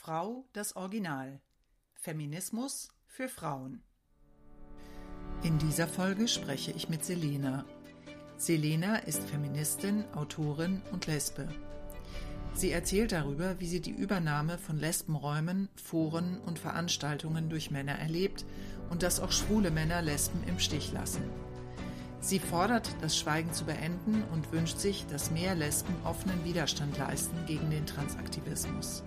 Frau das Original. Feminismus für Frauen. In dieser Folge spreche ich mit Selena. Selena ist Feministin, Autorin und Lesbe. Sie erzählt darüber, wie sie die Übernahme von Lesbenräumen, Foren und Veranstaltungen durch Männer erlebt und dass auch schwule Männer Lesben im Stich lassen. Sie fordert, das Schweigen zu beenden und wünscht sich, dass mehr Lesben offenen Widerstand leisten gegen den Transaktivismus.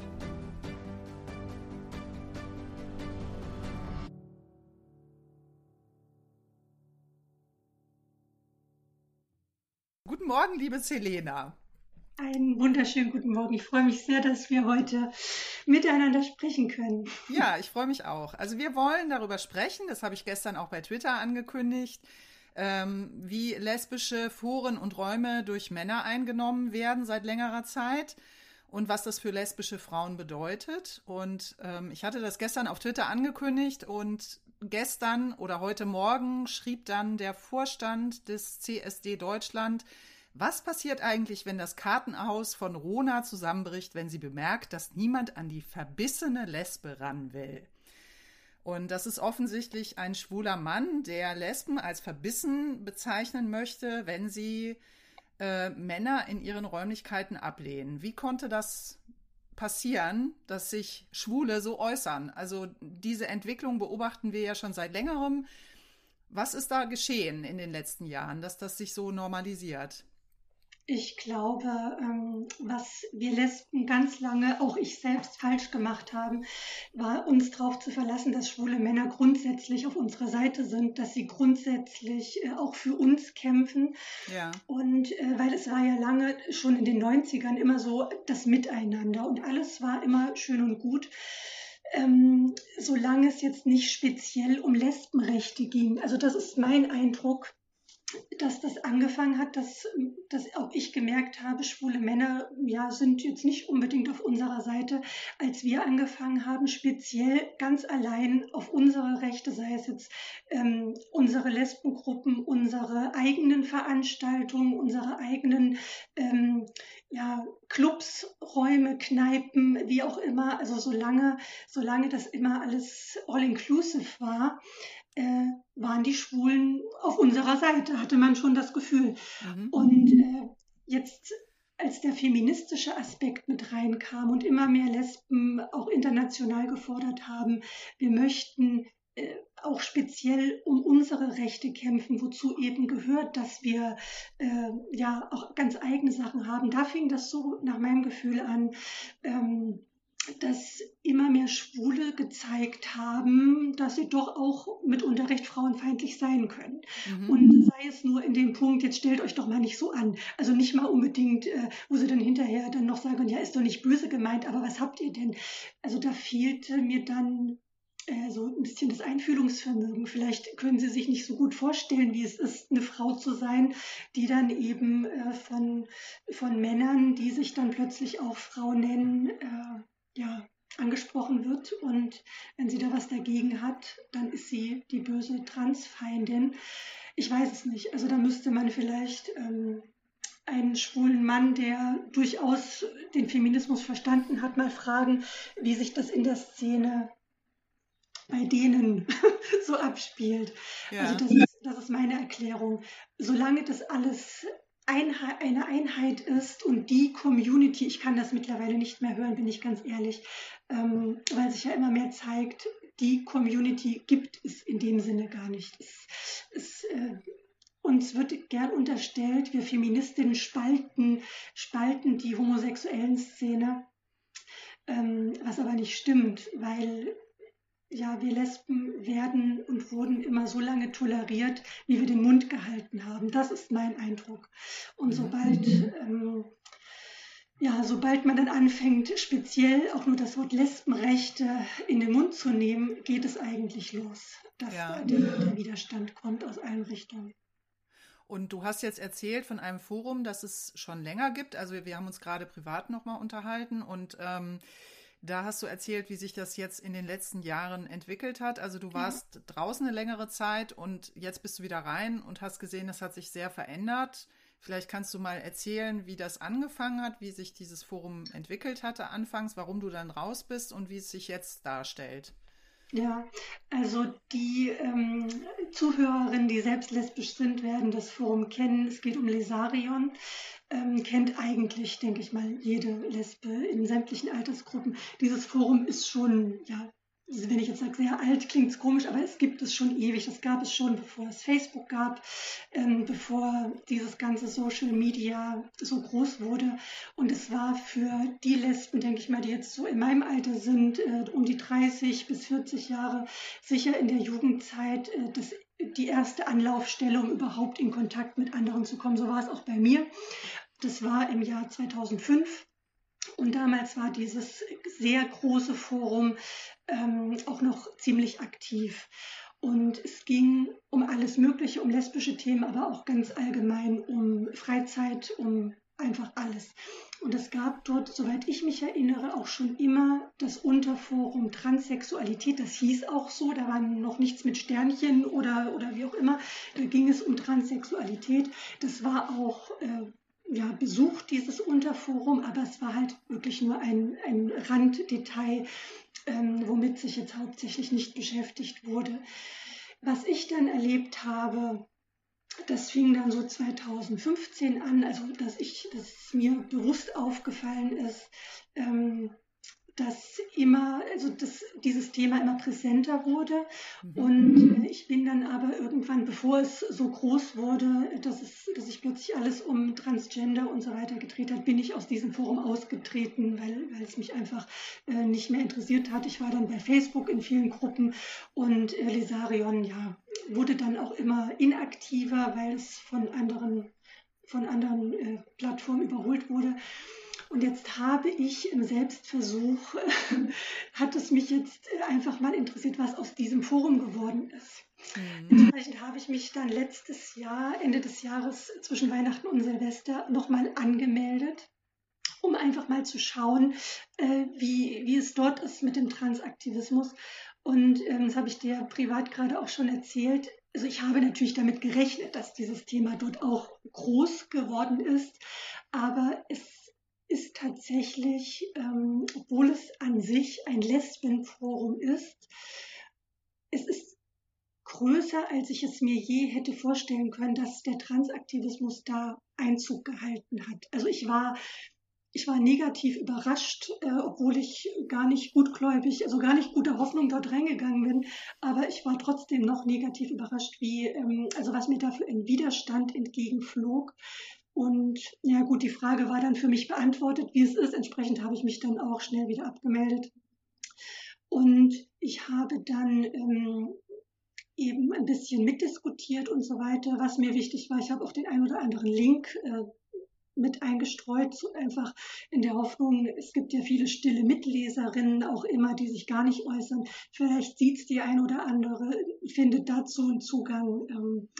Guten Morgen, liebe Selena. Einen wunderschönen guten Morgen. Ich freue mich sehr, dass wir heute miteinander sprechen können. Ja, ich freue mich auch. Also wir wollen darüber sprechen, das habe ich gestern auch bei Twitter angekündigt, wie lesbische Foren und Räume durch Männer eingenommen werden seit längerer Zeit und was das für lesbische Frauen bedeutet. Und ich hatte das gestern auf Twitter angekündigt und gestern oder heute Morgen schrieb dann der Vorstand des CSD Deutschland: Was passiert eigentlich, wenn das Kartenhaus von Rona zusammenbricht, wenn sie bemerkt, dass niemand an die verbissene Lesbe ran will? Und das ist offensichtlich ein schwuler Mann, der Lesben als verbissen bezeichnen möchte, wenn sie Männer in ihren Räumlichkeiten ablehnen. Wie konnte das passieren, dass sich Schwule so äußern? Also diese Entwicklung beobachten wir ja schon seit längerem. Was ist da geschehen in den letzten Jahren, dass das sich so normalisiert? Ich glaube, was wir Lesben ganz lange, auch ich selbst, falsch gemacht haben, war uns darauf zu verlassen, dass schwule Männer grundsätzlich auf unserer Seite sind, dass sie grundsätzlich auch für uns kämpfen. Ja. Und weil es war ja lange, schon in den 90ern, immer so das Miteinander und alles war immer schön und gut. Solange es jetzt nicht speziell um Lesbenrechte ging. Also das ist mein Eindruck, dass das angefangen hat, dass auch ich gemerkt habe, schwule Männer sind jetzt nicht unbedingt auf unserer Seite, als wir angefangen haben, speziell ganz allein auf unsere Rechte, sei es jetzt unsere Lesbengruppen, unsere eigenen Veranstaltungen, unsere eigenen Clubs, Räume, Kneipen, wie auch immer, also solange das immer alles all-inclusive war, waren die Schwulen auf unserer Seite, hatte man schon das Gefühl. Mhm. Und jetzt, als der feministische Aspekt mit reinkam und immer mehr Lesben auch international gefordert haben, wir möchten auch speziell um unsere Rechte kämpfen, wozu eben gehört, dass wir auch ganz eigene Sachen haben. Da fing das so nach meinem Gefühl an, dass immer mehr Schwule gezeigt haben, dass sie doch auch mitunter recht frauenfeindlich sein können. Mhm. Und sei es nur in dem Punkt, jetzt stellt euch doch mal nicht so an. Also nicht mal unbedingt, wo sie dann hinterher dann noch sagen, ja, ist doch nicht böse gemeint, aber was habt ihr denn? Also da fehlte mir dann so ein bisschen das Einfühlungsvermögen. Vielleicht können Sie sich nicht so gut vorstellen, wie es ist, eine Frau zu sein, die dann eben von Männern, die sich dann plötzlich auch Frau nennen, angesprochen wird, und wenn sie da was dagegen hat, dann ist sie die böse Transfeindin. Ich weiß es nicht. Also da müsste man vielleicht einen schwulen Mann, der durchaus den Feminismus verstanden hat, mal fragen, wie sich das in der Szene bei denen so abspielt. Ja. Also das ist meine Erklärung. Solange das alles eine Einheit ist und die Community, ich kann das mittlerweile nicht mehr hören, bin ich ganz ehrlich, weil sich ja immer mehr zeigt, die Community gibt es in dem Sinne gar nicht. Uns wird gern unterstellt, wir Feministinnen spalten die homosexuellen Szene, was aber nicht stimmt, weil wir Lesben werden und wurden immer so lange toleriert, wie wir den Mund gehalten haben. Das ist mein Eindruck. Und sobald man dann anfängt, speziell auch nur das Wort Lesbenrechte in den Mund zu nehmen, geht es eigentlich los, dass der Widerstand kommt aus allen Richtungen. Und du hast jetzt erzählt von einem Forum, das es schon länger gibt. Also wir haben uns gerade privat nochmal unterhalten und da hast du erzählt, wie sich das jetzt in den letzten Jahren entwickelt hat. Also du warst draußen eine längere Zeit und jetzt bist du wieder rein und hast gesehen, das hat sich sehr verändert. Vielleicht kannst du mal erzählen, wie das angefangen hat, wie sich dieses Forum entwickelt hatte anfangs, warum du dann raus bist und wie es sich jetzt darstellt. Ja, also die Zuhörerinnen, die selbst lesbisch sind, werden das Forum kennen. Es geht um Lesarion. Kennt eigentlich, denke ich mal, jede Lesbe in sämtlichen Altersgruppen. Dieses Forum ist schon, ja, also wenn ich jetzt sage sehr alt, klingt es komisch, aber es gibt es schon ewig. Das gab es schon, bevor es Facebook gab, bevor dieses ganze Social Media so groß wurde. Und es war für die Lesben, denke ich mal, die jetzt so in meinem Alter sind, um die 30 bis 40 Jahre, sicher in der Jugendzeit, die erste Anlaufstelle, um überhaupt in Kontakt mit anderen zu kommen. So war es auch bei mir. Das war im Jahr 2005. Und damals war dieses sehr große Forum auch noch ziemlich aktiv. Und es ging um alles Mögliche, um lesbische Themen, aber auch ganz allgemein um Freizeit, um einfach alles. Und es gab dort, soweit ich mich erinnere, auch schon immer das Unterforum Transsexualität. Das hieß auch so, da war noch nichts mit Sternchen oder wie auch immer. Da ging es um Transsexualität. Das war auch besucht, dieses Unterforum, aber es war halt wirklich nur ein Randdetail, womit sich jetzt hauptsächlich nicht beschäftigt wurde. Was ich dann erlebt habe, das fing dann so 2015 an, also dass mir bewusst aufgefallen ist, dass dieses Thema immer präsenter wurde. Und ich bin dann aber irgendwann, bevor es so groß wurde, dass sich plötzlich alles um Transgender und so weiter gedreht hat, bin ich aus diesem Forum ausgetreten, weil es mich einfach nicht mehr interessiert hat. Ich war dann bei Facebook in vielen Gruppen und Lesarion, ja, wurde dann auch immer inaktiver, weil es von anderen Plattformen überholt wurde. Und jetzt habe ich im Selbstversuch, hat es mich jetzt einfach mal interessiert, was aus diesem Forum geworden ist. Entsprechend habe ich mich dann letztes Jahr, Ende des Jahres, zwischen Weihnachten und Silvester, nochmal angemeldet, um einfach mal zu schauen, wie es dort ist mit dem Transaktivismus. Und das habe ich dir privat gerade auch schon erzählt. Also ich habe natürlich damit gerechnet, dass dieses Thema dort auch groß geworden ist, aber es ist tatsächlich, obwohl es an sich ein Lesbenforum ist, es ist größer, als ich es mir je hätte vorstellen können, dass der Transaktivismus da Einzug gehalten hat. Also ich war negativ überrascht, obwohl ich gar nicht gutgläubig, also gar nicht guter Hoffnung dort reingegangen bin. Aber ich war trotzdem noch negativ überrascht, also was mir da für ein Widerstand entgegenflog. Und ja gut, die Frage war dann für mich beantwortet, wie es ist. Entsprechend habe ich mich dann auch schnell wieder abgemeldet. Und ich habe dann eben ein bisschen mitdiskutiert und so weiter, was mir wichtig war. Ich habe auch den ein oder anderen Link mit eingestreut, so einfach in der Hoffnung, es gibt ja viele stille Mitleserinnen auch immer, die sich gar nicht äußern. Vielleicht sieht es die ein oder andere, findet dazu einen Zugang,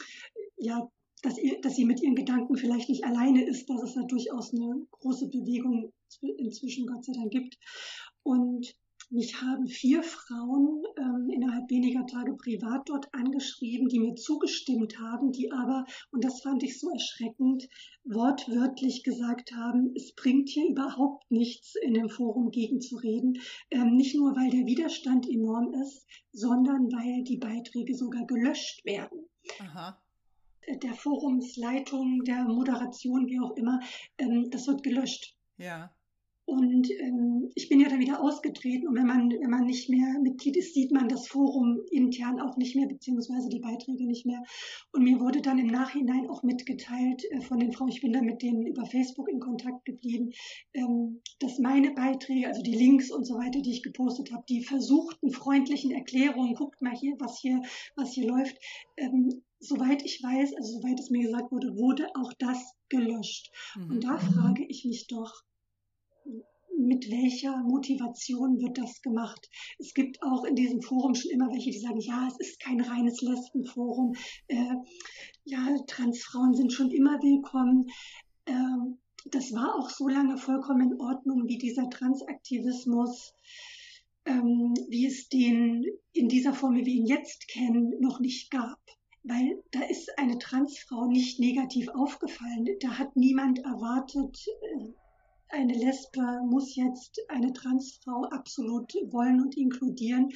dass sie mit ihren Gedanken vielleicht nicht alleine ist, dass es da durchaus eine große Bewegung inzwischen Gott sei Dank gibt. Und mich haben 4 Frauen innerhalb weniger Tage privat dort angeschrieben, die mir zugestimmt haben, die aber, und das fand ich so erschreckend, wortwörtlich gesagt haben, es bringt hier überhaupt nichts, in dem Forum gegenzureden. Nicht nur, weil der Widerstand enorm ist, sondern weil die Beiträge sogar gelöscht werden. Aha. Der Forumsleitung, der Moderation, wie auch immer, das wird gelöscht. Ja. Und ich bin ja dann wieder ausgetreten und wenn man nicht mehr Mitglied ist, sieht man das Forum intern auch nicht mehr, beziehungsweise die Beiträge nicht mehr. Und mir wurde dann im Nachhinein auch mitgeteilt von den Frauen, ich bin da mit denen über Facebook in Kontakt geblieben, dass meine Beiträge, also die Links und so weiter, die ich gepostet habe, die versuchten freundlichen Erklärungen, guckt mal hier, was hier läuft, soweit ich weiß, also soweit es mir gesagt wurde, wurde auch das gelöscht. Und da frage ich mich doch, mit welcher Motivation wird das gemacht? Es gibt auch in diesem Forum schon immer welche, die sagen, ja, es ist kein reines Lesbenforum. Transfrauen sind schon immer willkommen. Das war auch so lange vollkommen in Ordnung, wie dieser Transaktivismus, wie es den in dieser Form, wie wir ihn jetzt kennen, noch nicht gab. weil da ist eine Transfrau nicht negativ aufgefallen. Da hat niemand erwartet, eine Lesbe muss jetzt eine Transfrau absolut wollen und inkludieren.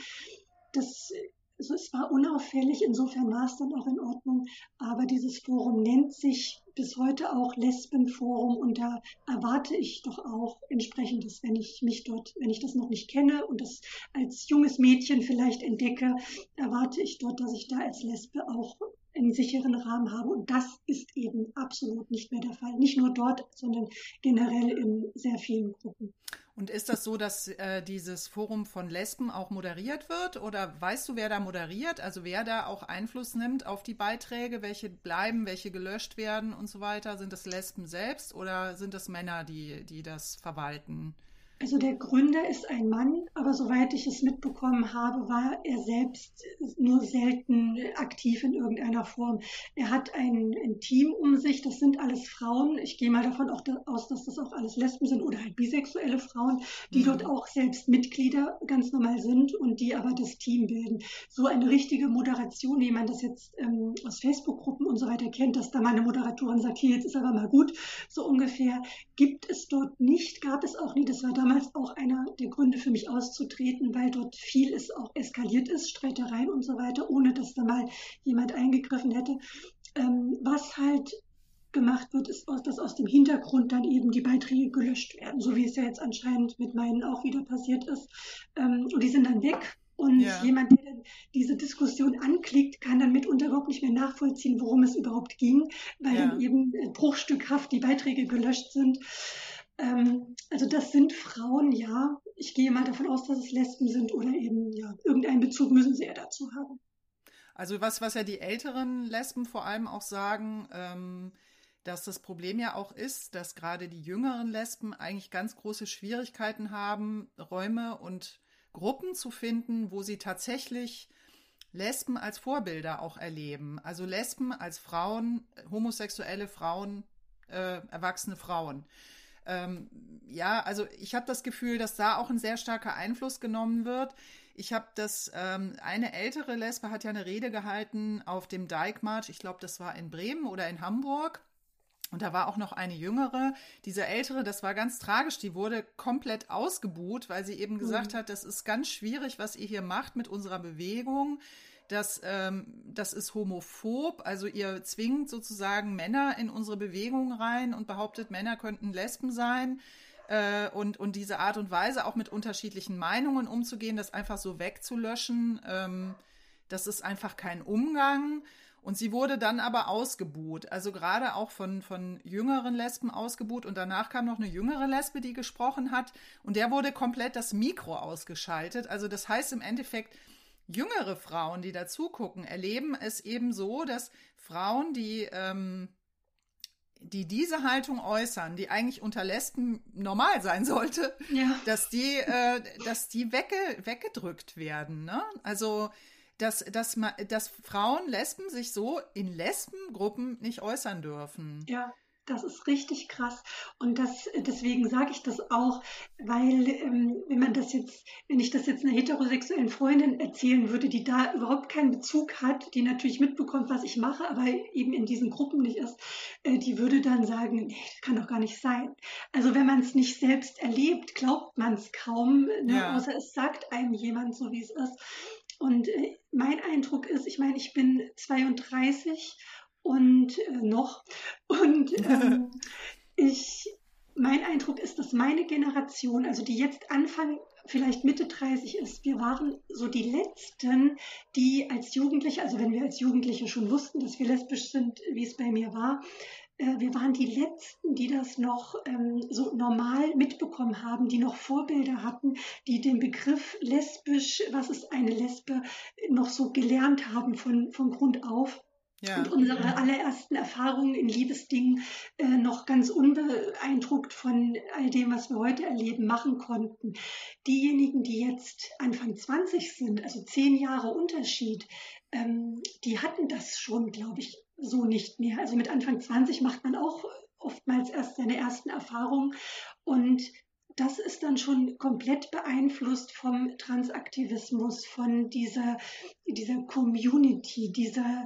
Also es war unauffällig, insofern war es dann auch in Ordnung. Aber dieses Forum nennt sich bis heute auch Lesbenforum und da erwarte ich doch auch entsprechendes, wenn ich das noch nicht kenne und das als junges Mädchen vielleicht entdecke, erwarte ich dort, dass ich da als Lesbe auch einen sicheren Rahmen habe. Und das ist eben absolut nicht mehr der Fall. Nicht nur dort, sondern generell in sehr vielen Gruppen. Und ist das so, dass dieses Forum von Lesben auch moderiert wird? Oder weißt du, wer da moderiert? Also wer da auch Einfluss nimmt auf die Beiträge? Welche bleiben, welche gelöscht werden und so weiter? Sind das Lesben selbst oder sind das Männer, die das verwalten? Also der Gründer ist ein Mann, aber soweit ich es mitbekommen habe, war er selbst nur selten aktiv in irgendeiner Form. Er hat ein Team um sich, das sind alles Frauen. Ich gehe mal davon aus, dass das auch alles Lesben sind oder halt bisexuelle Frauen, die dort auch selbst Mitglieder ganz normal sind und die aber das Team bilden. So eine richtige Moderation, wie man das jetzt aus Facebook-Gruppen und so weiter kennt, dass da mal eine Moderatorin sagt, hier, jetzt ist aber mal gut, so ungefähr, gibt es dort nicht, gab es auch nie. Das war damals auch einer der Gründe für mich auszutreten, weil dort vieles auch eskaliert ist, Streitereien und so weiter, ohne dass da mal jemand eingegriffen hätte. Was halt gemacht wird, ist, dass aus dem Hintergrund dann eben die Beiträge gelöscht werden, so wie es ja jetzt anscheinend mit meinen auch wieder passiert ist. Und die sind dann weg. Und jemand, der dann diese Diskussion anklickt, kann dann mitunter überhaupt nicht mehr nachvollziehen, worum es überhaupt ging, weil dann eben bruchstückhaft die Beiträge gelöscht sind. Also das sind Frauen, ja. Ich gehe mal davon aus, dass es Lesben sind oder eben, ja, irgendeinen Bezug müssen sie ja dazu haben. Also was ja die älteren Lesben vor allem auch sagen, dass das Problem ja auch ist, dass gerade die jüngeren Lesben eigentlich ganz große Schwierigkeiten haben, Räume und Gruppen zu finden, wo sie tatsächlich Lesben als Vorbilder auch erleben. Also Lesben als Frauen, homosexuelle Frauen, erwachsene Frauen. Also ich habe das Gefühl, dass da auch ein sehr starker Einfluss genommen wird. Ich habe eine ältere Lesbe hat ja eine Rede gehalten auf dem Dijkmarsch, ich glaube, das war in Bremen oder in Hamburg. Und da war auch noch eine jüngere. Diese ältere, das war ganz tragisch, die wurde komplett ausgebuht, weil sie eben gesagt hat, das ist ganz schwierig, was ihr hier macht mit unserer Bewegung. Das ist homophob, also ihr zwingt sozusagen Männer in unsere Bewegung rein und behauptet, Männer könnten Lesben sein. Und diese Art und Weise, auch mit unterschiedlichen Meinungen umzugehen, das einfach so wegzulöschen, das ist einfach kein Umgang. Und sie wurde dann aber ausgebuht, also gerade auch von jüngeren Lesben ausgebuht. Und danach kam noch eine jüngere Lesbe, die gesprochen hat. Und der wurde komplett das Mikro ausgeschaltet. Also das heißt im Endeffekt, jüngere Frauen, die dazu gucken, erleben es eben so, dass Frauen, die diese Haltung äußern, die eigentlich unter Lesben normal sein sollte, dass die weggedrückt werden. Ne? Also dass Frauen, Lesben sich so in Lesbengruppen nicht äußern dürfen. Ja, das ist richtig krass. Und deswegen sage ich das auch, weil wenn ich das jetzt einer heterosexuellen Freundin erzählen würde, die da überhaupt keinen Bezug hat, die natürlich mitbekommt, was ich mache, aber eben in diesen Gruppen nicht ist, die würde dann sagen, nee, das kann doch gar nicht sein. Also wenn man es nicht selbst erlebt, glaubt man es kaum, ne? Außer es sagt einem jemand, so wie es ist. Und mein Eindruck ist, ich meine, ich bin 32 und noch. Und mein Eindruck ist, dass meine Generation, also die jetzt Anfang, vielleicht Mitte 30 ist, wir waren so die Letzten, die als Jugendliche, also wenn wir als Jugendliche schon wussten, dass wir lesbisch sind, wie es bei mir war, wir waren die Letzten, die das noch so normal mitbekommen haben, die noch Vorbilder hatten, die den Begriff lesbisch, was ist eine Lesbe, noch so gelernt haben von Grund auf. Ja. Und unsere allerersten Erfahrungen in Liebesdingen noch ganz unbeeindruckt von all dem, was wir heute erleben, machen konnten. Diejenigen, die jetzt Anfang 20 sind, also 10 Jahre Unterschied, die hatten das schon, glaube ich, so nicht mehr. Also mit Anfang 20 macht man auch oftmals erst seine ersten Erfahrungen und das ist dann schon komplett beeinflusst vom Transaktivismus, von dieser Community,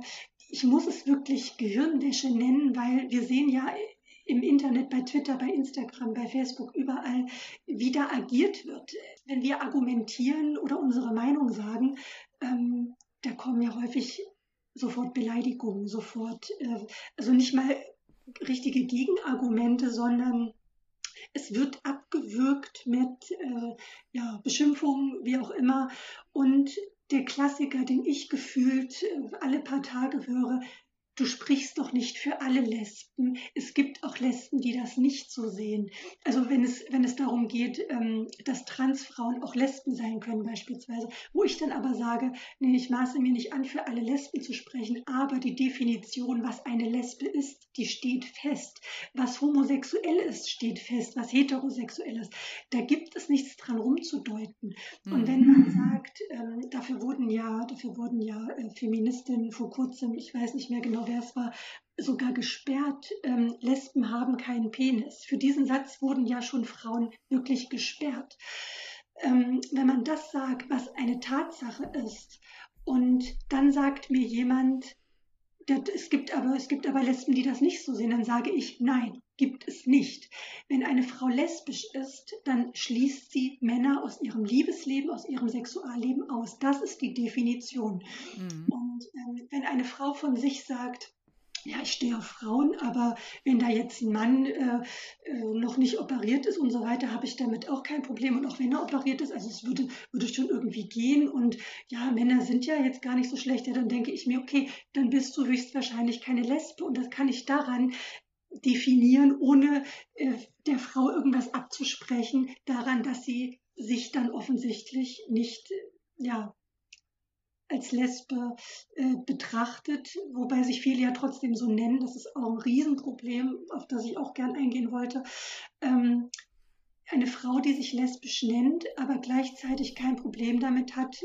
ich muss es wirklich Gehirnwäsche nennen, weil wir sehen ja im Internet, bei Twitter, bei Instagram, bei Facebook, überall, wie da agiert wird. Wenn wir argumentieren oder unsere Meinung sagen, da kommen ja häufig sofort Beleidigungen, sofort, also nicht mal richtige Gegenargumente, sondern es wird abgewürgt mit Beschimpfungen, wie auch immer. Und der Klassiker, den ich gefühlt alle paar Tage höre: Du sprichst doch nicht für alle Lesben. Es gibt auch Lesben, die das nicht so sehen. Also wenn es darum geht, dass Transfrauen auch Lesben sein können beispielsweise, wo ich dann aber sage, nee, ich maße mir nicht an, für alle Lesben zu sprechen, aber die Definition, was eine Lesbe ist, die steht fest. Was homosexuell ist, steht fest. Was heterosexuell ist, da gibt es nichts dran rumzudeuten. Und wenn man sagt, dafür wurden ja Feministinnen vor kurzem, ich weiß nicht mehr genau, wer es war, sogar gesperrt, Lesben haben keinen Penis. Für diesen Satz wurden ja schon Frauen wirklich gesperrt. Wenn man das sagt, was eine Tatsache ist, und dann sagt mir jemand, es gibt aber Lesben, die das nicht so sehen, dann sage ich, nein, gibt es nicht. Wenn eine Frau lesbisch ist, dann schließt sie Männer aus ihrem Liebesleben, aus ihrem Sexualleben aus. Das ist die Definition. Und wenn eine Frau von sich sagt, ja, ich stehe auf Frauen, aber wenn da jetzt ein Mann noch nicht operiert ist und so weiter, habe ich damit auch kein Problem. Und auch wenn er operiert ist, also es würde schon irgendwie gehen. Und ja, Männer sind ja jetzt gar nicht so schlecht. Ja, dann denke ich mir, okay, dann bist du höchstwahrscheinlich keine Lesbe. Und das kann ich daran definieren, ohne der Frau irgendwas abzusprechen, daran, dass sie sich dann offensichtlich nicht, als Lesbe betrachtet, wobei sich viele ja trotzdem so nennen. Das ist auch ein Riesenproblem, auf das ich auch gern eingehen wollte. Eine Frau, die sich lesbisch nennt, aber gleichzeitig kein Problem damit hat,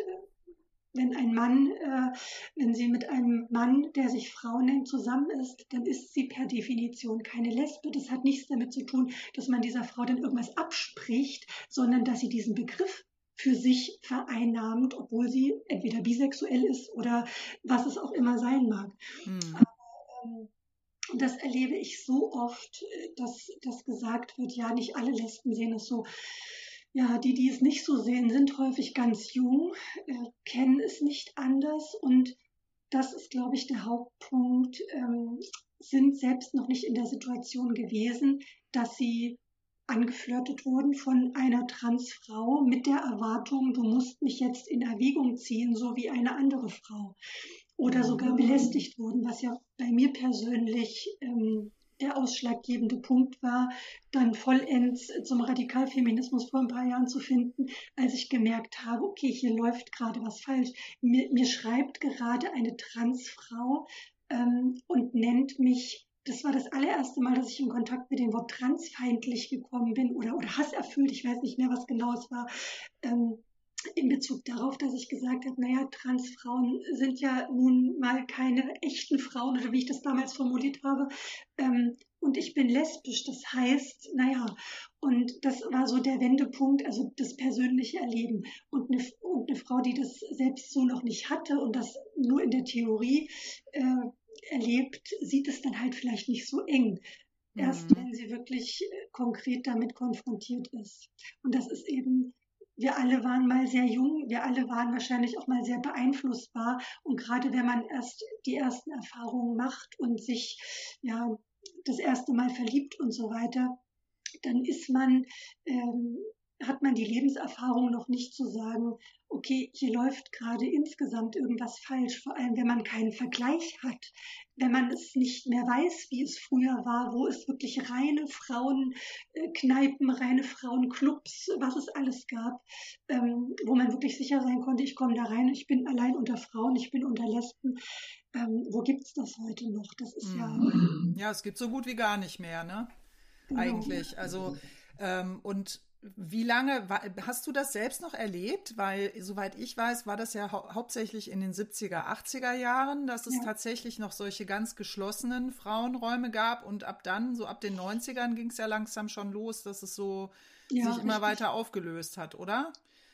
wenn sie mit einem Mann, der sich Frau nennt, zusammen ist, dann ist sie per Definition keine Lesbe. Das hat nichts damit zu tun, dass man dieser Frau dann irgendwas abspricht, sondern dass sie diesen Begriff für sich vereinnahmt, obwohl sie entweder bisexuell ist oder was es auch immer sein mag. Aber das erlebe ich so oft, dass gesagt wird, ja, nicht alle Lesben sehen es so. Ja, die es nicht so sehen, sind häufig ganz jung, kennen es nicht anders, und das ist, glaube ich, der Hauptpunkt, sind selbst noch nicht in der Situation gewesen, dass sie angeflirtet wurden von einer Transfrau mit der Erwartung, du musst mich jetzt in Erwägung ziehen, so wie eine andere Frau. Oder sogar belästigt wurden, was ja bei mir persönlich der ausschlaggebende Punkt war, dann vollends zum Radikalfeminismus vor ein paar Jahren zu finden, als ich gemerkt habe, okay, hier läuft gerade was falsch. Mir schreibt gerade eine Transfrau und nennt mich. Das war das allererste Mal, dass ich in Kontakt mit dem Wort transfeindlich gekommen bin oder hasserfüllt, ich weiß nicht mehr, was genau es war, in Bezug darauf, dass ich gesagt habe, naja, Transfrauen sind ja nun mal keine echten Frauen, oder wie ich das damals formuliert habe, und ich bin lesbisch, das heißt, naja, und das war so der Wendepunkt, also das persönliche Erleben. Und eine Frau, die das selbst so noch nicht hatte und das nur in der Theorie erlebt, sieht es dann halt vielleicht nicht so eng. Erst wenn sie wirklich konkret damit konfrontiert ist. Und das ist eben, wir alle waren mal sehr jung, wir alle waren wahrscheinlich auch mal sehr beeinflussbar. Und gerade wenn man erst die ersten Erfahrungen macht und sich das erste Mal verliebt und so weiter, dann hat man die Lebenserfahrung noch nicht zu sagen, okay, hier läuft gerade insgesamt irgendwas falsch, vor allem wenn man keinen Vergleich hat, wenn man es nicht mehr weiß, wie es früher war, wo es wirklich reine Frauenkneipen, reine Frauenclubs, was es alles gab, wo man wirklich sicher sein konnte, ich komme da rein, ich bin allein unter Frauen, ich bin unter Lesben. Wo gibt es das heute noch? Das ist Ja, es gibt so gut wie gar nicht mehr, ne? Genau. Eigentlich. Also, und wie lange hast du das selbst noch erlebt? Weil, soweit ich weiß, war das ja hauptsächlich in den 70er, 80er Jahren, dass es tatsächlich noch solche ganz geschlossenen Frauenräume gab, und ab dann, so ab den 90ern, ging es ja langsam schon los, dass es so sich immer weiter aufgelöst hat, oder?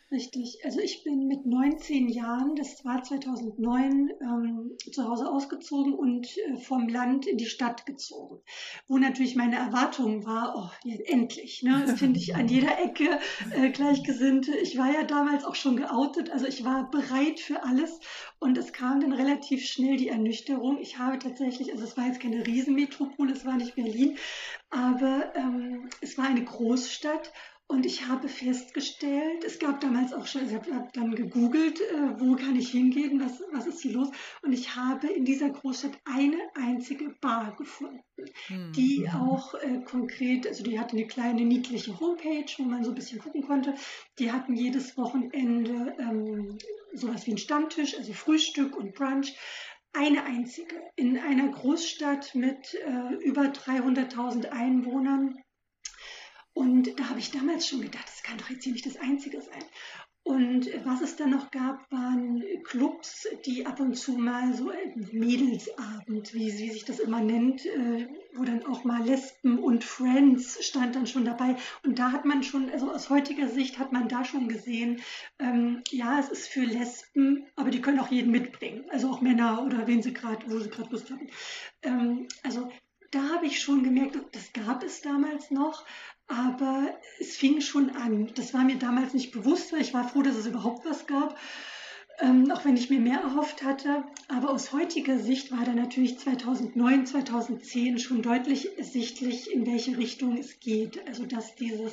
Richtig. Also ich bin mit 19 Jahren, das war 2009, zu Hause ausgezogen und vom Land in die Stadt gezogen. Wo natürlich meine Erwartung war, oh, jetzt endlich, ne? Das finde ich an jeder Ecke Gleichgesinnte. Ich war ja damals auch schon geoutet, also ich war bereit für alles und es kam dann relativ schnell die Ernüchterung. Ich habe tatsächlich, also es war jetzt keine Riesenmetropole, es war nicht Berlin, aber es war eine Großstadt. Und ich habe festgestellt, es gab damals auch schon, ich habe dann gegoogelt, wo kann ich hingehen, was ist hier los? Und ich habe in dieser Großstadt eine einzige Bar gefunden, die auch konkret, also die hatte eine kleine niedliche Homepage, wo man so ein bisschen gucken konnte. Die hatten jedes Wochenende sowas wie einen Stammtisch, also Frühstück und Brunch. Eine einzige in einer Großstadt mit über 300.000 Einwohnern. Und da habe ich damals schon gedacht, das kann doch jetzt hier nicht das Einzige sein. Und was es dann noch gab, waren Clubs, die ab und zu mal so Mädelsabend, wie sich das immer nennt, wo dann auch mal Lesben und Friends stand dann schon dabei. Und da hat man schon, also aus heutiger Sicht hat man da schon gesehen, ja, es ist für Lesben, aber die können auch jeden mitbringen. Also auch Männer oder wen sie gerade, wo sie gerade Lust hatten. Also da habe ich schon gemerkt, das gab es damals noch. Aber es fing schon an. Das war mir damals nicht bewusst, weil ich war froh, dass es überhaupt was gab, auch wenn ich mir mehr erhofft hatte. Aber aus heutiger Sicht war da natürlich 2009, 2010 schon deutlich ersichtlich, in welche Richtung es geht. Also dass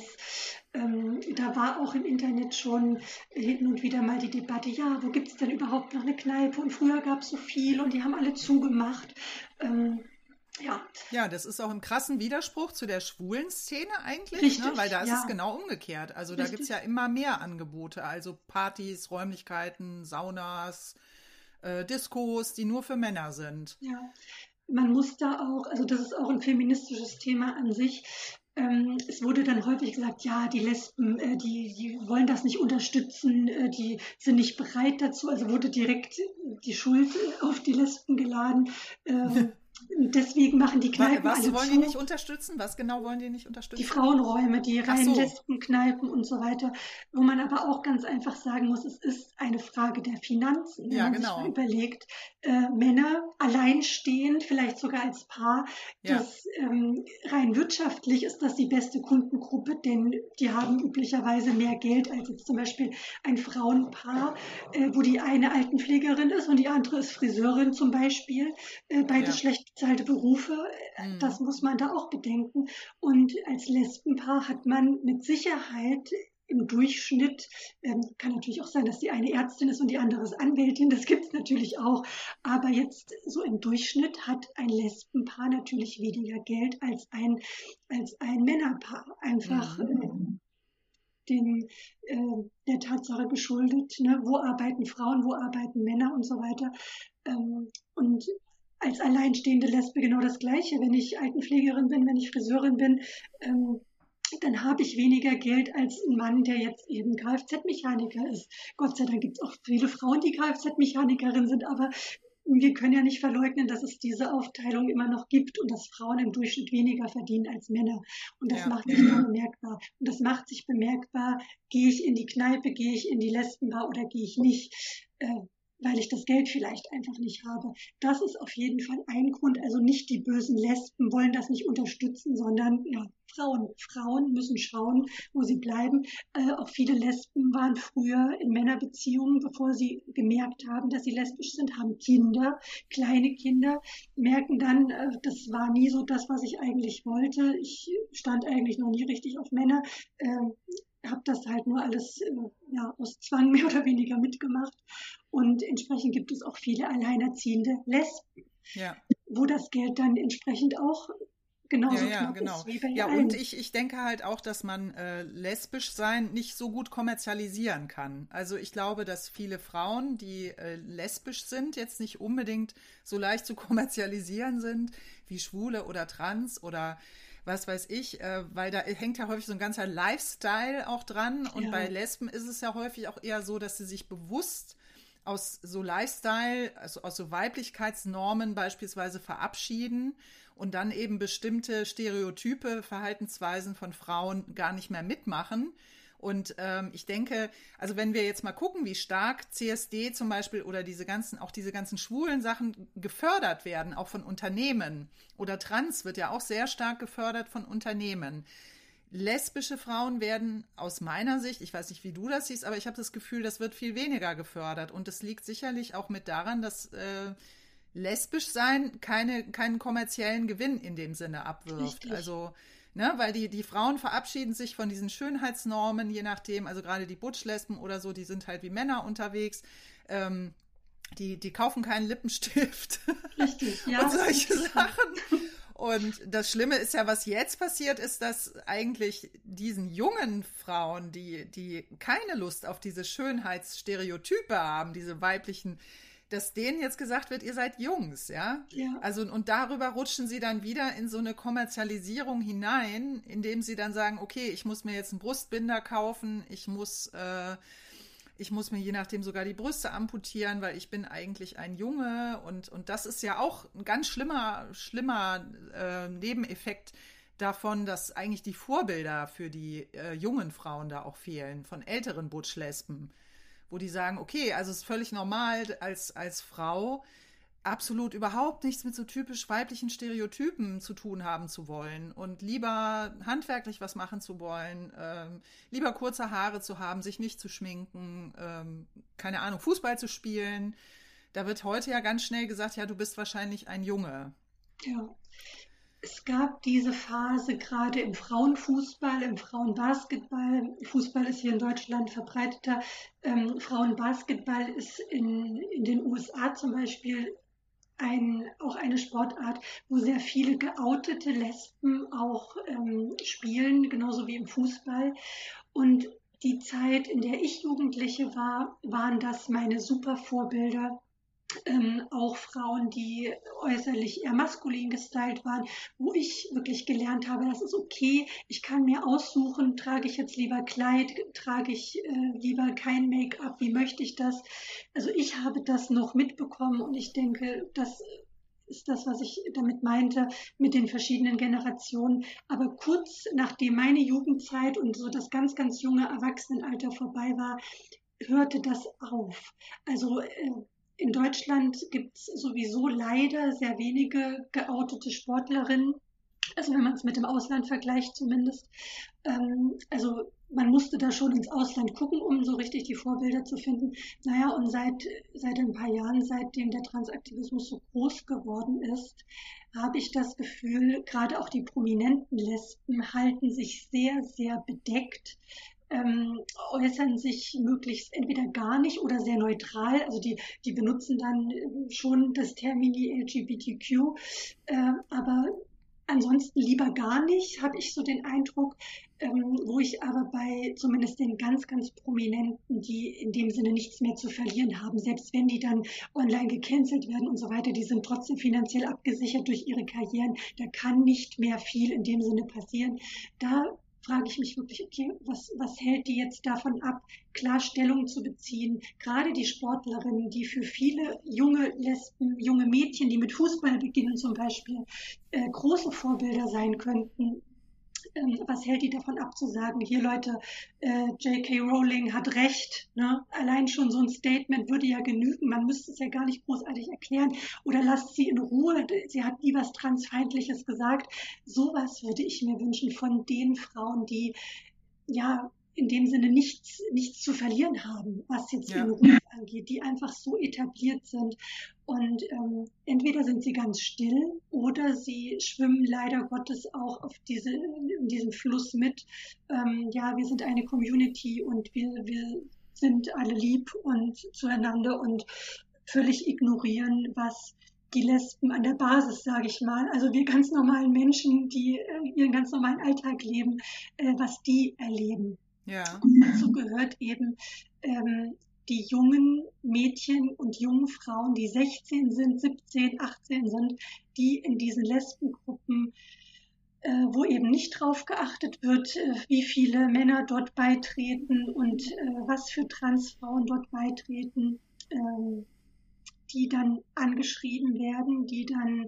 da war auch im Internet schon hin und wieder mal die Debatte, ja, wo gibt es denn überhaupt noch eine Kneipe? Und früher gab es so viel und die haben alle zugemacht. Ja. Ja, das ist auch im krassen Widerspruch zu der schwulen Szene eigentlich, Richtig, ne? Weil da ist ja. es genau umgekehrt. Also da Richtig. gibt es ja immer mehr Angebote, also Partys, Räumlichkeiten, Saunas, Diskos, die nur für Männer sind. Ja, man muss da auch, also das ist auch ein feministisches Thema an sich. Es wurde dann häufig gesagt, ja, die Lesben, die wollen das nicht unterstützen, die sind nicht bereit dazu. Also wurde direkt die Schuld auf die Lesben geladen. Deswegen machen die Kneipen Was alle wollen zu. die nicht unterstützen? Was genau wollen die nicht unterstützen? Die Frauenräume, die Ach reinen so. Lesbenkneipen und so weiter, wo man aber auch ganz einfach sagen muss, es ist eine Frage der Finanzen. Wenn Ja, man sich genau. mal überlegt, Männer alleinstehend, vielleicht sogar als Paar, Ja. das rein wirtschaftlich ist das die beste Kundengruppe, denn die haben üblicherweise mehr Geld als jetzt zum Beispiel ein Frauenpaar, wo die eine Altenpflegerin ist und die andere ist Friseurin zum Beispiel. Beide Ja. schlecht bezahlte Berufe. Das muss man da auch bedenken. Und als Lesbenpaar hat man mit Sicherheit im Durchschnitt, kann natürlich auch sein, dass die eine Ärztin ist und die andere ist Anwältin, das gibt es natürlich auch. Aber jetzt so im Durchschnitt hat ein Lesbenpaar natürlich weniger Geld als ein Männerpaar. Einfach der Tatsache geschuldet, ne? Wo arbeiten Frauen, wo arbeiten Männer und so weiter. Und als alleinstehende Lesbe genau das Gleiche. Wenn ich Altenpflegerin bin, wenn ich Friseurin bin, dann habe ich weniger Geld als ein Mann, der jetzt eben Kfz-Mechaniker ist. Gott sei Dank gibt es auch viele Frauen, die Kfz-Mechanikerin sind, aber wir können ja nicht verleugnen, dass es diese Aufteilung immer noch gibt und dass Frauen im Durchschnitt weniger verdienen als Männer. Und das macht sich da bemerkbar. Und das macht sich bemerkbar, gehe ich in die Kneipe, gehe ich in die Lesbenbar oder gehe ich nicht, weil ich das Geld vielleicht einfach nicht habe. Das ist auf jeden Fall ein Grund. Also nicht die bösen Lesben wollen das nicht unterstützen, sondern ja, Frauen. Frauen müssen schauen, wo sie bleiben. Auch viele Lesben waren früher in Männerbeziehungen, bevor sie gemerkt haben, dass sie lesbisch sind, haben Kinder, kleine Kinder, merken dann, das war nie so das, was ich eigentlich wollte. Ich stand eigentlich noch nie richtig auf Männer. Habe das halt nur alles aus Zwang mehr oder weniger mitgemacht. Und entsprechend gibt es auch viele alleinerziehende Lesben, wo das Geld dann entsprechend auch genauso knapp ist wie bei allen. Und ich denke halt auch, dass man lesbisch sein nicht so gut kommerzialisieren kann. Also ich glaube, dass viele Frauen, die lesbisch sind, jetzt nicht unbedingt so leicht zu kommerzialisieren sind wie Schwule oder Trans oder was weiß ich, weil da hängt ja häufig so ein ganzer Lifestyle auch dran. Und bei Lesben ist es ja häufig auch eher so, dass sie sich bewusst aus so Lifestyle, also aus so Weiblichkeitsnormen beispielsweise verabschieden und dann eben bestimmte Stereotype, Verhaltensweisen von Frauen gar nicht mehr mitmachen Und ich denke, also wenn wir jetzt mal gucken, wie stark CSD zum Beispiel oder diese ganzen schwulen Sachen gefördert werden, auch von Unternehmen, oder Trans wird ja auch sehr stark gefördert von Unternehmen. Lesbische Frauen werden aus meiner Sicht, ich weiß nicht, wie du das siehst, aber ich habe das Gefühl, das wird viel weniger gefördert. Und es liegt sicherlich auch mit daran, dass lesbisch sein keinen kommerziellen Gewinn in dem Sinne abwirft. Richtig. Also, ne, weil die Frauen verabschieden sich von diesen Schönheitsnormen, je nachdem, also gerade die Butch-Lesben oder so, die sind halt wie Männer unterwegs. Die kaufen keinen Lippenstift. Richtig, ja. Und solche Sachen. Und das Schlimme ist ja, was jetzt passiert, ist, dass eigentlich diesen jungen Frauen, die keine Lust auf diese Schönheitsstereotype haben, diese weiblichen, dass denen jetzt gesagt wird, ihr seid Jungs, ja? Ja. Also, und darüber rutschen sie dann wieder in so eine Kommerzialisierung hinein, indem sie dann sagen, okay, ich muss mir jetzt einen Brustbinder kaufen, ich muss mir je nachdem sogar die Brüste amputieren, weil ich bin eigentlich ein Junge. Und das ist ja auch ein ganz schlimmer Nebeneffekt davon, dass eigentlich die Vorbilder für die jungen Frauen da auch fehlen, von älteren Butch-Lesben, wo die sagen, okay, also es ist völlig normal, als Frau absolut überhaupt nichts mit so typisch weiblichen Stereotypen zu tun haben zu wollen und lieber handwerklich was machen zu wollen, lieber kurze Haare zu haben, sich nicht zu schminken, keine Ahnung, Fußball zu spielen. Da wird heute ja ganz schnell gesagt, ja, du bist wahrscheinlich ein Junge. Ja. Es gab diese Phase gerade im Frauenfußball, im Frauenbasketball. Fußball ist hier in Deutschland verbreiteter. Frauenbasketball ist in den USA zum Beispiel auch eine Sportart, wo sehr viele geoutete Lesben auch spielen, genauso wie im Fußball. Und die Zeit, in der ich Jugendliche war, waren das meine super Vorbilder. Auch Frauen, die äußerlich eher maskulin gestylt waren, wo ich wirklich gelernt habe, das ist okay, ich kann mir aussuchen, trage ich jetzt lieber Kleid, trage ich lieber kein Make-up, wie möchte ich das? Also ich habe das noch mitbekommen und ich denke, das ist das, was ich damit meinte, mit den verschiedenen Generationen. Aber kurz nachdem meine Jugendzeit und so das ganz, ganz junge Erwachsenenalter vorbei war, hörte das auf. Also in Deutschland gibt es sowieso leider sehr wenige geoutete Sportlerinnen. Also wenn man es mit dem Ausland vergleicht zumindest. Also man musste da schon ins Ausland gucken, um so richtig die Vorbilder zu finden. Naja, und seit ein paar Jahren, seitdem der Transaktivismus so groß geworden ist, habe ich das Gefühl, gerade auch die prominenten Lesben halten sich sehr, sehr bedeckt. Äußern sich möglichst entweder gar nicht oder sehr neutral. Also die benutzen dann schon das Termini LGBTQ, aber ansonsten lieber gar nicht, habe ich so den Eindruck, wo ich aber bei zumindest den ganz, ganz Prominenten, die in dem Sinne nichts mehr zu verlieren haben, selbst wenn die dann online gecancelt werden und so weiter, die sind trotzdem finanziell abgesichert durch ihre Karrieren, da kann nicht mehr viel in dem Sinne passieren. Da frage ich mich wirklich, okay, was hält die jetzt davon ab, klar Stellung zu beziehen? Gerade die Sportlerinnen, die für viele junge Lesben, junge Mädchen, die mit Fußball beginnen zum Beispiel, große Vorbilder sein könnten. Was hält die davon ab zu sagen, hier Leute, J.K. Rowling hat recht, ne? Allein schon so ein Statement würde ja genügen, man müsste es ja gar nicht großartig erklären oder lasst sie in Ruhe, sie hat nie was Transfeindliches gesagt. Sowas würde ich mir wünschen von den Frauen, die ja in dem Sinne nichts zu verlieren haben, was jetzt ihren Ruf angeht, die einfach so etabliert sind. Und entweder sind sie ganz still oder sie schwimmen leider Gottes auch in diesem Fluss mit. Ja, wir sind eine Community und wir sind alle lieb und zueinander und völlig ignorieren, was die Lesben an der Basis, sage ich mal, also wir ganz normalen Menschen, die ihren ganz normalen Alltag leben, was die erleben. Ja. Und dazu gehört eben die jungen Mädchen und jungen Frauen, die 16 sind, 17, 18 sind, die in diesen Lesbengruppen, wo eben nicht drauf geachtet wird, wie viele Männer dort beitreten und was für Transfrauen dort beitreten, die dann angeschrieben werden, die dann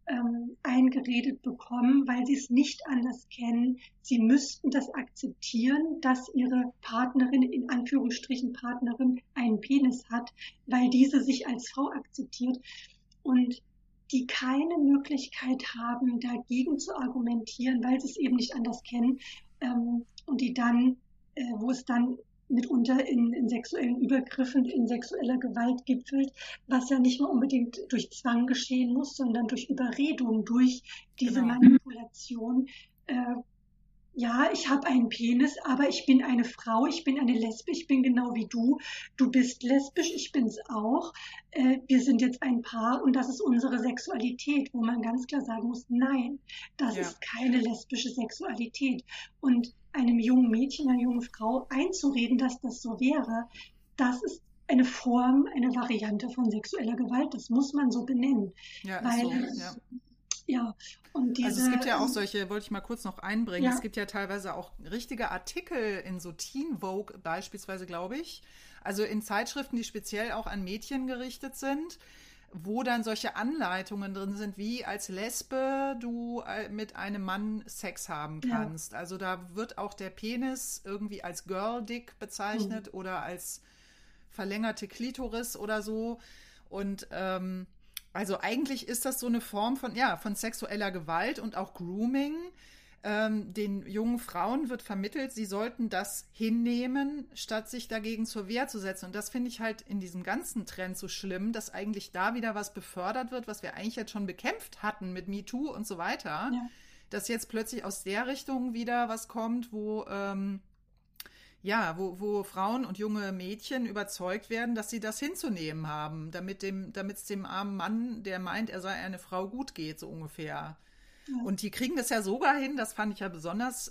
eingeredet bekommen, weil sie es nicht anders kennen. Sie müssten das akzeptieren, dass ihre Partnerin, in Anführungsstrichen Partnerin, einen Penis hat, weil diese sich als Frau akzeptiert und die keine Möglichkeit haben, dagegen zu argumentieren, weil sie es eben nicht anders kennen, und die dann, wo es dann mitunter in sexuellen Übergriffen, in sexueller Gewalt gipfelt, was ja nicht nur unbedingt durch Zwang geschehen muss, sondern durch Überredung, durch diese Manipulation. Ja, ich habe einen Penis, aber ich bin eine Frau, ich bin eine Lesbe, ich bin genau wie du. Du bist lesbisch, ich bin's auch. Wir sind jetzt ein Paar und das ist unsere Sexualität, wo man ganz klar sagen muss, nein, das ist keine lesbische Sexualität. Und einem jungen Mädchen, einer jungen Frau einzureden, dass das so wäre, das ist eine Form, eine Variante von sexueller Gewalt. Das muss man so benennen. Ja, weil, ist so, ja. Ja, und also es gibt ja auch solche, wollte ich mal kurz noch einbringen, Ja. es gibt ja teilweise auch richtige Artikel in so Teen Vogue beispielsweise, glaube ich, also in Zeitschriften, die speziell auch an Mädchen gerichtet sind, wo dann solche Anleitungen drin sind, wie als Lesbe du mit einem Mann Sex haben kannst. Ja. Also da wird auch der Penis irgendwie als Girl Dick bezeichnet oder als verlängerte Klitoris oder so. Und also eigentlich ist das so eine Form von sexueller Gewalt und auch Grooming. Den jungen Frauen wird vermittelt, sie sollten das hinnehmen, statt sich dagegen zur Wehr zu setzen. Und das finde ich halt in diesem ganzen Trend so schlimm, dass eigentlich da wieder was befördert wird, was wir eigentlich jetzt schon bekämpft hatten mit MeToo und so weiter. Ja. Dass jetzt plötzlich aus der Richtung wieder was kommt, wo Frauen und junge Mädchen überzeugt werden, dass sie das hinzunehmen haben, damit es dem armen Mann, der meint, er sei eine Frau, gut geht, so ungefähr. Ja. Und die kriegen das ja sogar hin, das fand ich ja besonders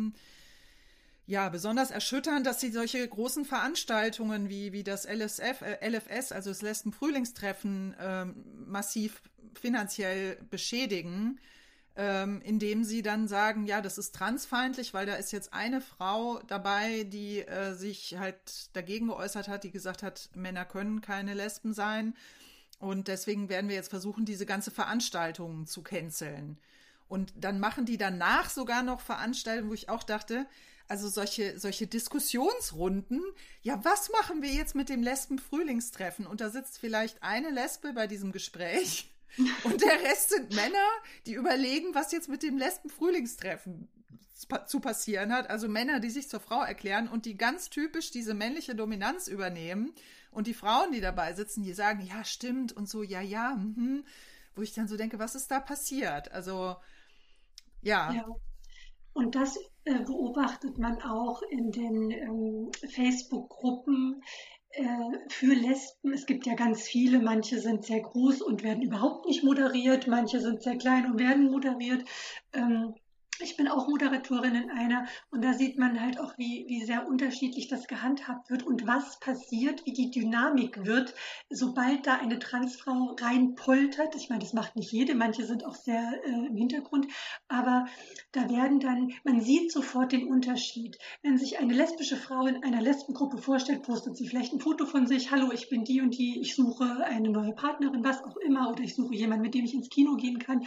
erschütternd, dass sie solche großen Veranstaltungen wie das LFS, also das Lesben-Frühlingstreffen, massiv finanziell beschädigen, indem sie dann sagen, ja, das ist transfeindlich, weil da ist jetzt eine Frau dabei, die sich halt dagegen geäußert hat, die gesagt hat, Männer können keine Lesben sein und deswegen werden wir jetzt versuchen, diese ganze Veranstaltung zu canceln. Und dann machen die danach sogar noch Veranstaltungen, wo ich auch dachte, also solche Diskussionsrunden, ja, was machen wir jetzt mit dem Lesben-Frühlingstreffen? Und da sitzt vielleicht eine Lesbe bei diesem Gespräch und der Rest sind Männer, die überlegen, was jetzt mit dem Lesben-Frühlingstreffen zu passieren hat. Also Männer, die sich zur Frau erklären und die ganz typisch diese männliche Dominanz übernehmen. Und die Frauen, die dabei sitzen, die sagen, ja, stimmt und so, ja, wo ich dann so denke, was ist da passiert? Also, ja. Und das beobachtet man auch in den Facebook-Gruppen für Lesben. Es gibt ja ganz viele, manche sind sehr groß und werden überhaupt nicht moderiert, manche sind sehr klein und werden moderiert. Ich bin auch Moderatorin in einer und da sieht man halt auch, wie sehr unterschiedlich das gehandhabt wird und was passiert, wie die Dynamik wird, sobald da eine Transfrau reinpoltert. Ich meine, das macht nicht jede, manche sind auch sehr im Hintergrund, aber da werden dann, man sieht sofort den Unterschied. Wenn sich eine lesbische Frau in einer Lesbengruppe vorstellt, postet sie vielleicht ein Foto von sich, hallo, ich bin die und die, ich suche eine neue Partnerin, was auch immer, oder ich suche jemanden, mit dem ich ins Kino gehen kann.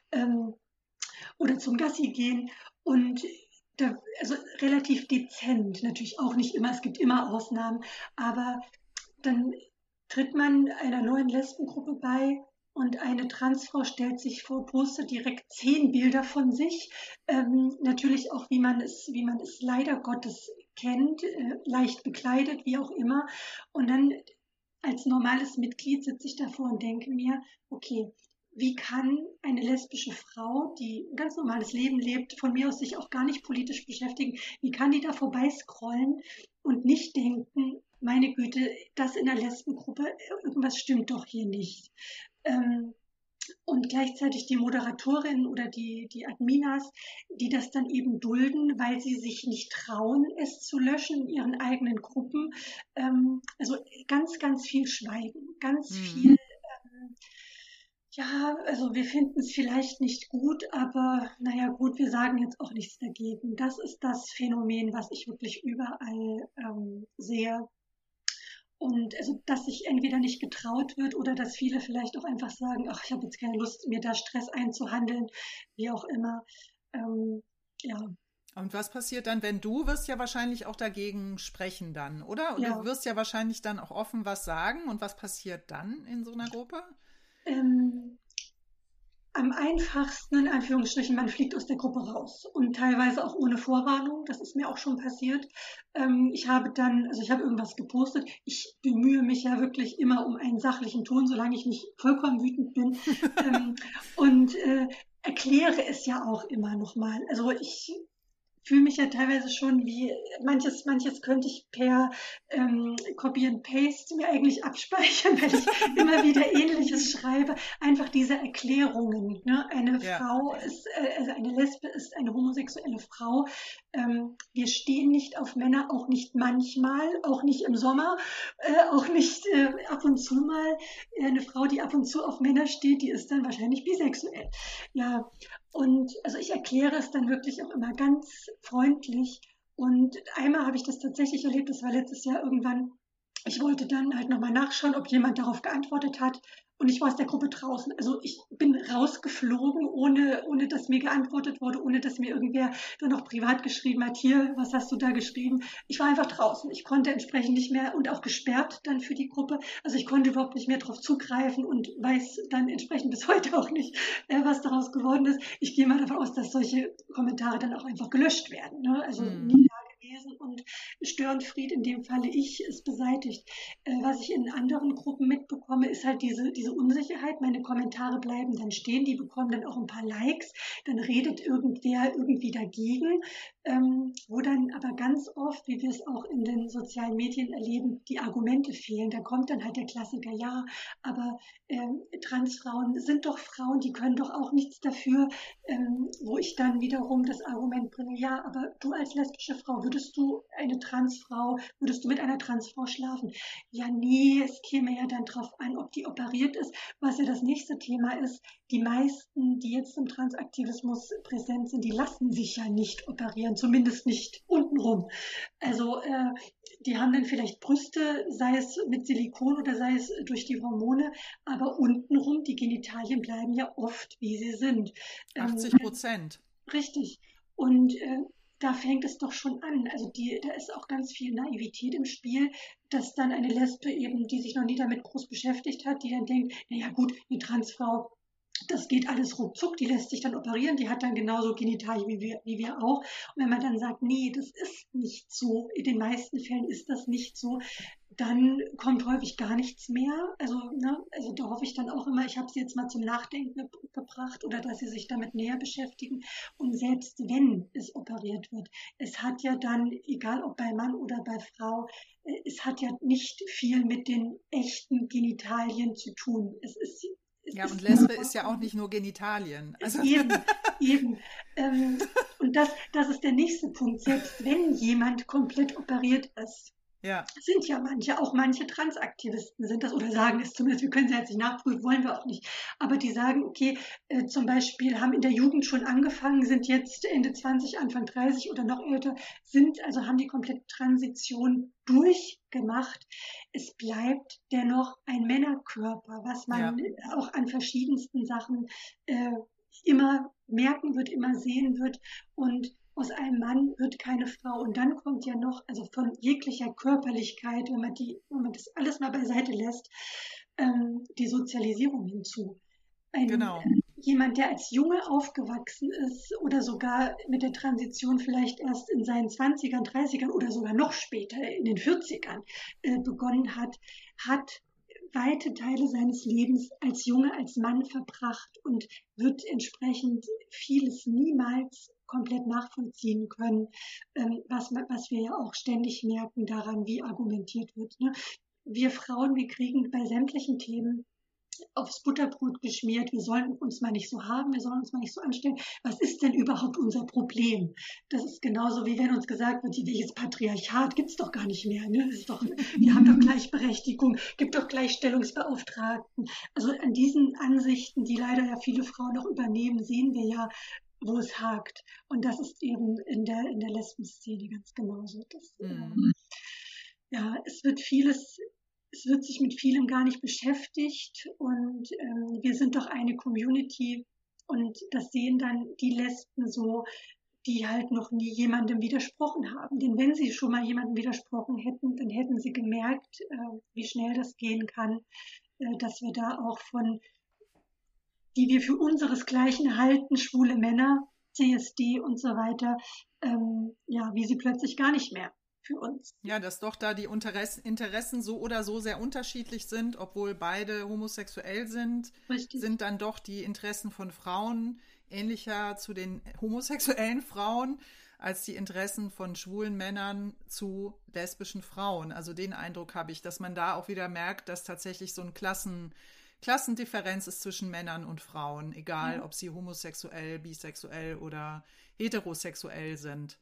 Oder zum Gassi gehen und also relativ dezent, natürlich auch nicht immer, es gibt immer Ausnahmen, aber dann tritt man einer neuen Lesbengruppe bei und eine Transfrau stellt sich vor, postet direkt 10 Bilder von sich, natürlich auch, wie man es leider Gottes kennt, leicht bekleidet, wie auch immer, und dann als normales Mitglied sitze ich davor und denke mir, okay, wie kann eine lesbische Frau, die ein ganz normales Leben lebt, von mir aus sich auch gar nicht politisch beschäftigen, wie kann die da vorbeiscrollen und nicht denken, meine Güte, das in der Lesbengruppe, irgendwas stimmt doch hier nicht. Und gleichzeitig die Moderatorinnen oder die Adminas, die das dann eben dulden, weil sie sich nicht trauen, es zu löschen in ihren eigenen Gruppen. Also ganz, ganz viel Schweigen, ganz viel. Ja, also wir finden es vielleicht nicht gut, aber naja gut, wir sagen jetzt auch nichts dagegen. Das ist das Phänomen, was ich wirklich überall sehe. Und also, dass sich entweder nicht getraut wird oder dass viele vielleicht auch einfach sagen, ach, ich habe jetzt keine Lust, mir da Stress einzuhandeln, wie auch immer. Ja, Und was passiert dann, wenn du wirst ja wahrscheinlich auch dagegen sprechen dann, oder? Und du ja. wirst ja wahrscheinlich dann auch offen was sagen. Und was passiert dann in so einer Gruppe? Ähm, Am einfachsten, in Anführungsstrichen, man fliegt aus der Gruppe raus und teilweise auch ohne Vorwarnung. Das ist mir auch schon passiert. Ich habe dann, also ich habe irgendwas gepostet. Ich bemühe mich ja wirklich immer um einen sachlichen Ton, solange ich nicht vollkommen wütend bin. Und erkläre es ja auch immer nochmal. Also ich fühle mich ja teilweise schon wie manches könnte ich per Copy and Paste mir eigentlich abspeichern, weil ich immer wieder Ähnliches schreibe. Einfach diese Erklärungen. Ne? Eine Ja. Frau ist, also eine Lesbe ist eine homosexuelle Frau. Wir stehen nicht auf Männer, auch nicht manchmal, auch nicht im Sommer, auch nicht ab und zu mal. Eine Frau, die ab und zu auf Männer steht, die ist dann wahrscheinlich bisexuell. Ja, und also ich erkläre es dann wirklich auch immer ganz freundlich. Und einmal habe ich das tatsächlich erlebt, das war letztes Jahr irgendwann. Ich wollte dann halt nochmal nachschauen, ob jemand darauf geantwortet hat. Und ich war aus der Gruppe draußen. Also ich bin rausgeflogen, ohne dass mir geantwortet wurde, ohne dass mir irgendwer dann noch privat geschrieben hat, hier, was hast du da geschrieben? Ich war einfach draußen. Ich konnte entsprechend nicht mehr und auch gesperrt dann für die Gruppe. Also ich konnte überhaupt nicht mehr darauf zugreifen und weiß dann entsprechend bis heute auch nicht, was daraus geworden ist. Ich gehe mal davon aus, dass solche Kommentare dann auch einfach gelöscht werden. Ne? Also nie da gewesen und Störenfried, in dem Falle ich, ist beseitigt. Was ich in anderen Gruppen mitbekomme, ist halt diese Unsicherheit. Meine Kommentare bleiben dann stehen, die bekommen dann auch ein paar Likes, dann redet irgendwer irgendwie dagegen, wo dann aber ganz oft, wie wir es auch in den sozialen Medien erleben, die Argumente fehlen. Da kommt dann halt der Klassiker, ja, aber Transfrauen sind doch Frauen, die können doch auch nichts dafür, wo ich dann wiederum das Argument bringe, ja, aber du als lesbische Frau, würdest du mit einer Transfrau schlafen? Ja, nee, es käme ja dann drauf an, ob die operiert ist, was ja das nächste Thema ist. Die meisten, die jetzt im Transaktivismus präsent sind, die lassen sich ja nicht operieren, zumindest nicht untenrum. Also die haben dann vielleicht Brüste, sei es mit Silikon oder sei es durch die Hormone, aber untenrum, die Genitalien bleiben ja oft, wie sie sind. 80%. Richtig. Und da fängt es doch schon an. Also da ist auch ganz viel Naivität im Spiel, dass dann eine Lesbe eben, die sich noch nie damit groß beschäftigt hat, die dann denkt, naja gut, eine Transfrau, das geht alles ruckzuck, die lässt sich dann operieren, die hat dann genauso Genitalien wie wir auch. Und wenn man dann sagt, nee, das ist nicht so, in den meisten Fällen ist das nicht so, dann kommt häufig gar nichts mehr. Also, ne, also da hoffe ich dann auch immer, ich habe sie jetzt mal zum Nachdenken gebracht oder dass sie sich damit näher beschäftigen. Und selbst wenn es operiert wird, es hat ja dann, egal ob bei Mann oder bei Frau, es hat ja nicht viel mit den echten Genitalien zu tun. Es Ja, und ist Lesbe ist ja auch nicht nur Genitalien. Also, eben, eben. Und das ist der nächste Punkt. Selbst wenn jemand komplett operiert ist, ja, sind ja manche, auch manche Transaktivisten sind das oder sagen es zumindest, wir können es ja jetzt nicht nachprüfen, wollen wir auch nicht. Aber die sagen, okay, zum Beispiel haben in der Jugend schon angefangen, sind jetzt Ende 20, Anfang 30 oder noch älter, also haben die komplette Transition durchgemacht. Es bleibt dennoch ein Männerkörper, was man ja. auch an verschiedensten Sachen äh, immer merken wird, immer sehen wird. Und aus einem Mann wird keine Frau. Und dann kommt ja noch, also von jeglicher Körperlichkeit, wenn man das alles mal beiseite lässt, die Sozialisierung hinzu. Genau. Jemand, der als Junge aufgewachsen ist oder sogar mit der Transition vielleicht erst in seinen 20ern, 30ern oder sogar noch später in den 40ern begonnen hat, hat weite Teile seines Lebens als Junge, als Mann verbracht und wird entsprechend vieles niemals komplett nachvollziehen können, was wir ja auch ständig merken daran, wie argumentiert wird. Ne? Wir Frauen, wir kriegen bei sämtlichen Themen aufs Butterbrot geschmiert, wir sollen uns mal nicht so haben, wir sollen uns mal nicht so anstellen. Was ist denn überhaupt unser Problem? Das ist genauso wie wenn uns gesagt wird, welches Patriarchat gibt es doch gar nicht mehr. Ne? Wir haben doch Gleichberechtigung, gibt doch Gleichstellungsbeauftragten. Also an diesen Ansichten, die leider ja viele Frauen noch übernehmen, sehen wir ja, wo es hakt. Und das ist eben in der Lesben-Szene ganz genauso. Ja, es wird vieles es wird sich mit vielem gar nicht beschäftigt und wir sind doch eine Community und das sehen dann die Lesben so, die halt noch nie jemandem widersprochen haben. Denn wenn sie schon mal jemandem widersprochen hätten, dann hätten sie gemerkt, wie schnell das gehen kann, dass wir da auch von, die wir für unseresgleichen halten, schwule Männer, CSD und so weiter, ja, wie sie plötzlich gar nicht mehr für uns. Ja, dass doch da die Interessen so oder so sehr unterschiedlich sind, obwohl beide homosexuell sind, Richtig. sind dann doch die Interessen von Frauen ähnlicher zu den homosexuellen Frauen als die Interessen von schwulen Männern zu lesbischen Frauen. Also den Eindruck habe ich, dass man da auch wieder merkt, dass tatsächlich so ein Klassendifferenz ist zwischen Männern und Frauen, egal ob sie homosexuell, bisexuell oder heterosexuell sind.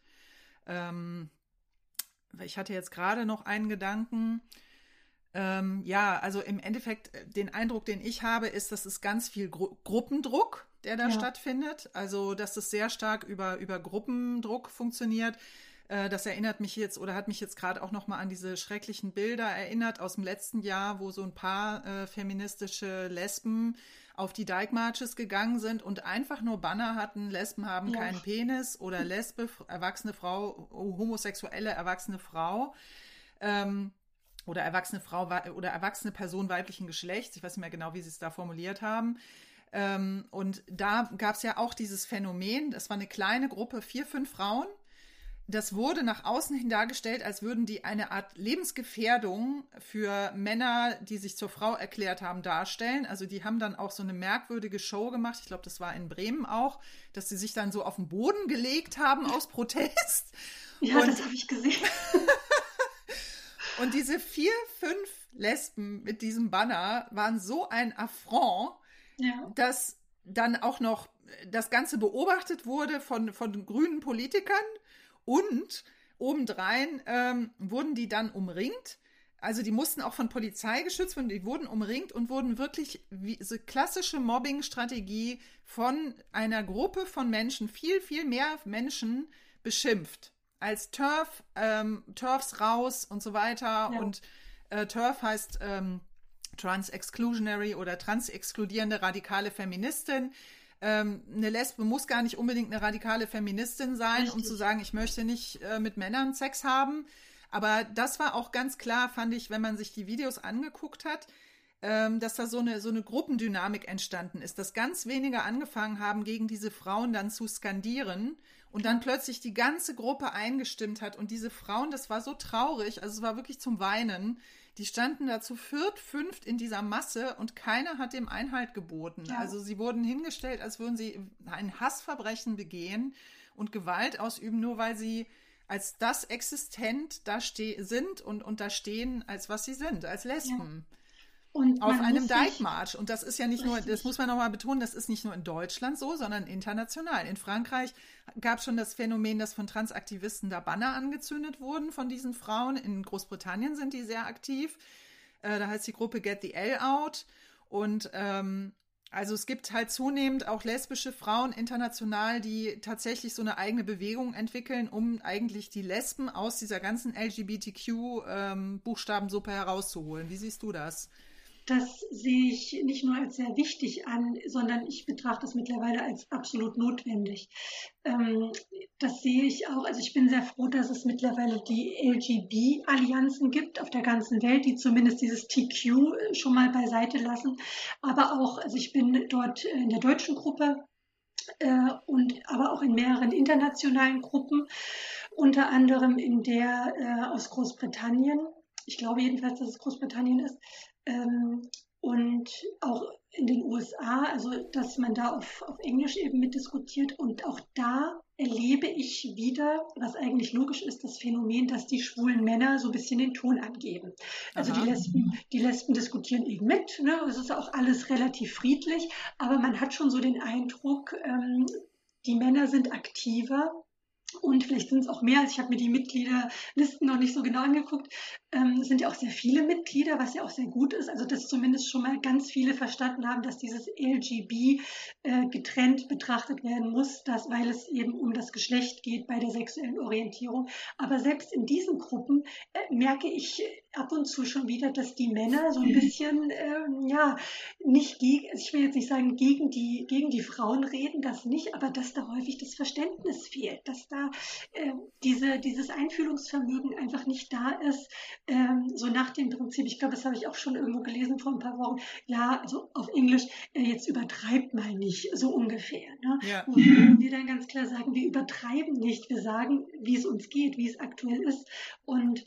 Ich hatte jetzt gerade noch einen Gedanken. Ja, also im Endeffekt, den Eindruck, den ich habe, ist, dass es ganz viel Gruppendruck, der da stattfindet. Also, dass es sehr stark über Gruppendruck funktioniert. Das erinnert mich jetzt oder hat mich jetzt gerade auch noch mal an diese schrecklichen Bilder erinnert aus dem letzten Jahr, wo so ein paar feministische Lesben auf die Dyke Marches gegangen sind und einfach nur Banner hatten, Lesben haben keinen Penis oder Lesbe, erwachsene Frau, homosexuelle erwachsene Frau oder erwachsene Frau oder erwachsene Person weiblichen Geschlechts. Ich weiß nicht mehr genau, wie sie es da formuliert haben. Und da gab es ja auch dieses Phänomen, das war eine kleine Gruppe, 4, 5 Frauen. Das wurde nach außen hin dargestellt, als würden die eine Art Lebensgefährdung für Männer, die sich zur Frau erklärt haben, darstellen. Also die haben dann auch so eine merkwürdige Show gemacht. Ich glaube, das war in Bremen auch, dass sie sich dann so auf den Boden gelegt haben aus Protest. Ja, das habe ich gesehen. Und diese 4, 5 Lesben mit diesem Banner waren so ein Affront, dass dann auch noch das Ganze beobachtet wurde von grünen Politikern. Und obendrein wurden die dann umringt. Also die mussten auch von Polizei geschützt werden. Die wurden umringt und wurden wirklich wie so klassische Mobbing-Strategie von einer Gruppe von Menschen, viel, viel mehr Menschen beschimpft. Als TERF, TERFs raus und so weiter. Ja. Und TERF heißt Trans-Exclusionary oder trans-exkludierende radikale Feministin. Eine Lesbe muss gar nicht unbedingt eine radikale Feministin sein, Richtig. Um zu sagen, ich möchte nicht mit Männern Sex haben. Aber das war auch ganz klar, fand ich, wenn man sich die Videos angeguckt hat, dass da so eine Gruppendynamik entstanden ist, dass ganz wenige angefangen haben, gegen diese Frauen dann zu skandieren und dann plötzlich die ganze Gruppe eingestimmt hat. Und diese Frauen, das war so traurig, also es war wirklich zum Weinen. Die standen da zu 4, 5 in dieser Masse und keiner hat dem Einhalt geboten. Ja. Also sie wurden hingestellt, als würden sie ein Hassverbrechen begehen und Gewalt ausüben, nur weil sie als das existent da sind und da stehen, als was sie sind, als Lesben. Ja. Und auf einem Dyke March. Und das ist ja nicht nur, das muss man nochmal betonen, das ist nicht nur in Deutschland so, sondern international. In Frankreich gab es schon das Phänomen, dass von Transaktivisten da Banner angezündet wurden von diesen Frauen. In Großbritannien sind die sehr aktiv. Da heißt die Gruppe Get the L Out. Und also es gibt halt zunehmend auch lesbische Frauen international, die tatsächlich so eine eigene Bewegung entwickeln, um eigentlich die Lesben aus dieser ganzen LGBTQ-Buchstabensuppe herauszuholen. Wie siehst du das? Das sehe ich nicht nur als sehr wichtig an, sondern ich betrachte es mittlerweile als absolut notwendig. Das sehe ich auch. Also ich bin sehr froh, dass es mittlerweile die LGB-Allianzen gibt auf der ganzen Welt, die zumindest dieses TQ schon mal beiseite lassen. Aber auch, also ich bin dort in der deutschen Gruppe aber auch in mehreren internationalen Gruppen, unter anderem in der aus Großbritannien. Ich glaube jedenfalls, dass es Großbritannien ist. Und auch in den USA, also dass man da auf Englisch eben mitdiskutiert. Und auch da erlebe ich wieder, was eigentlich logisch ist, das Phänomen, dass die schwulen Männer so ein bisschen den Ton angeben. Also die Lesben diskutieren eben mit, ne? Es ist auch alles relativ friedlich, aber man hat schon so den Eindruck, die Männer sind aktiver. Und vielleicht sind es auch mehr, also ich habe mir die Mitgliederlisten noch nicht so genau angeguckt, es sind ja auch sehr viele Mitglieder, was ja auch sehr gut ist, also dass zumindest schon mal ganz viele verstanden haben, dass dieses LGB getrennt betrachtet werden muss, weil es eben um das Geschlecht geht bei der sexuellen Orientierung. Aber selbst in diesen Gruppen merke ich ab und zu schon wieder, dass die Männer so ein bisschen, nicht gegen, also ich will jetzt nicht sagen, gegen die Frauen reden, das nicht, aber dass da häufig das Verständnis fehlt, dass da dieses Einfühlungsvermögen einfach nicht da ist, so nach dem Prinzip, ich glaube, das habe ich auch schon irgendwo gelesen vor ein paar Wochen, ja, also auf Englisch, jetzt übertreibt mal nicht, so ungefähr. Ne? Ja. Wo wir dann ganz klar sagen, wir übertreiben nicht, wir sagen, wie es uns geht, wie es aktuell ist. Und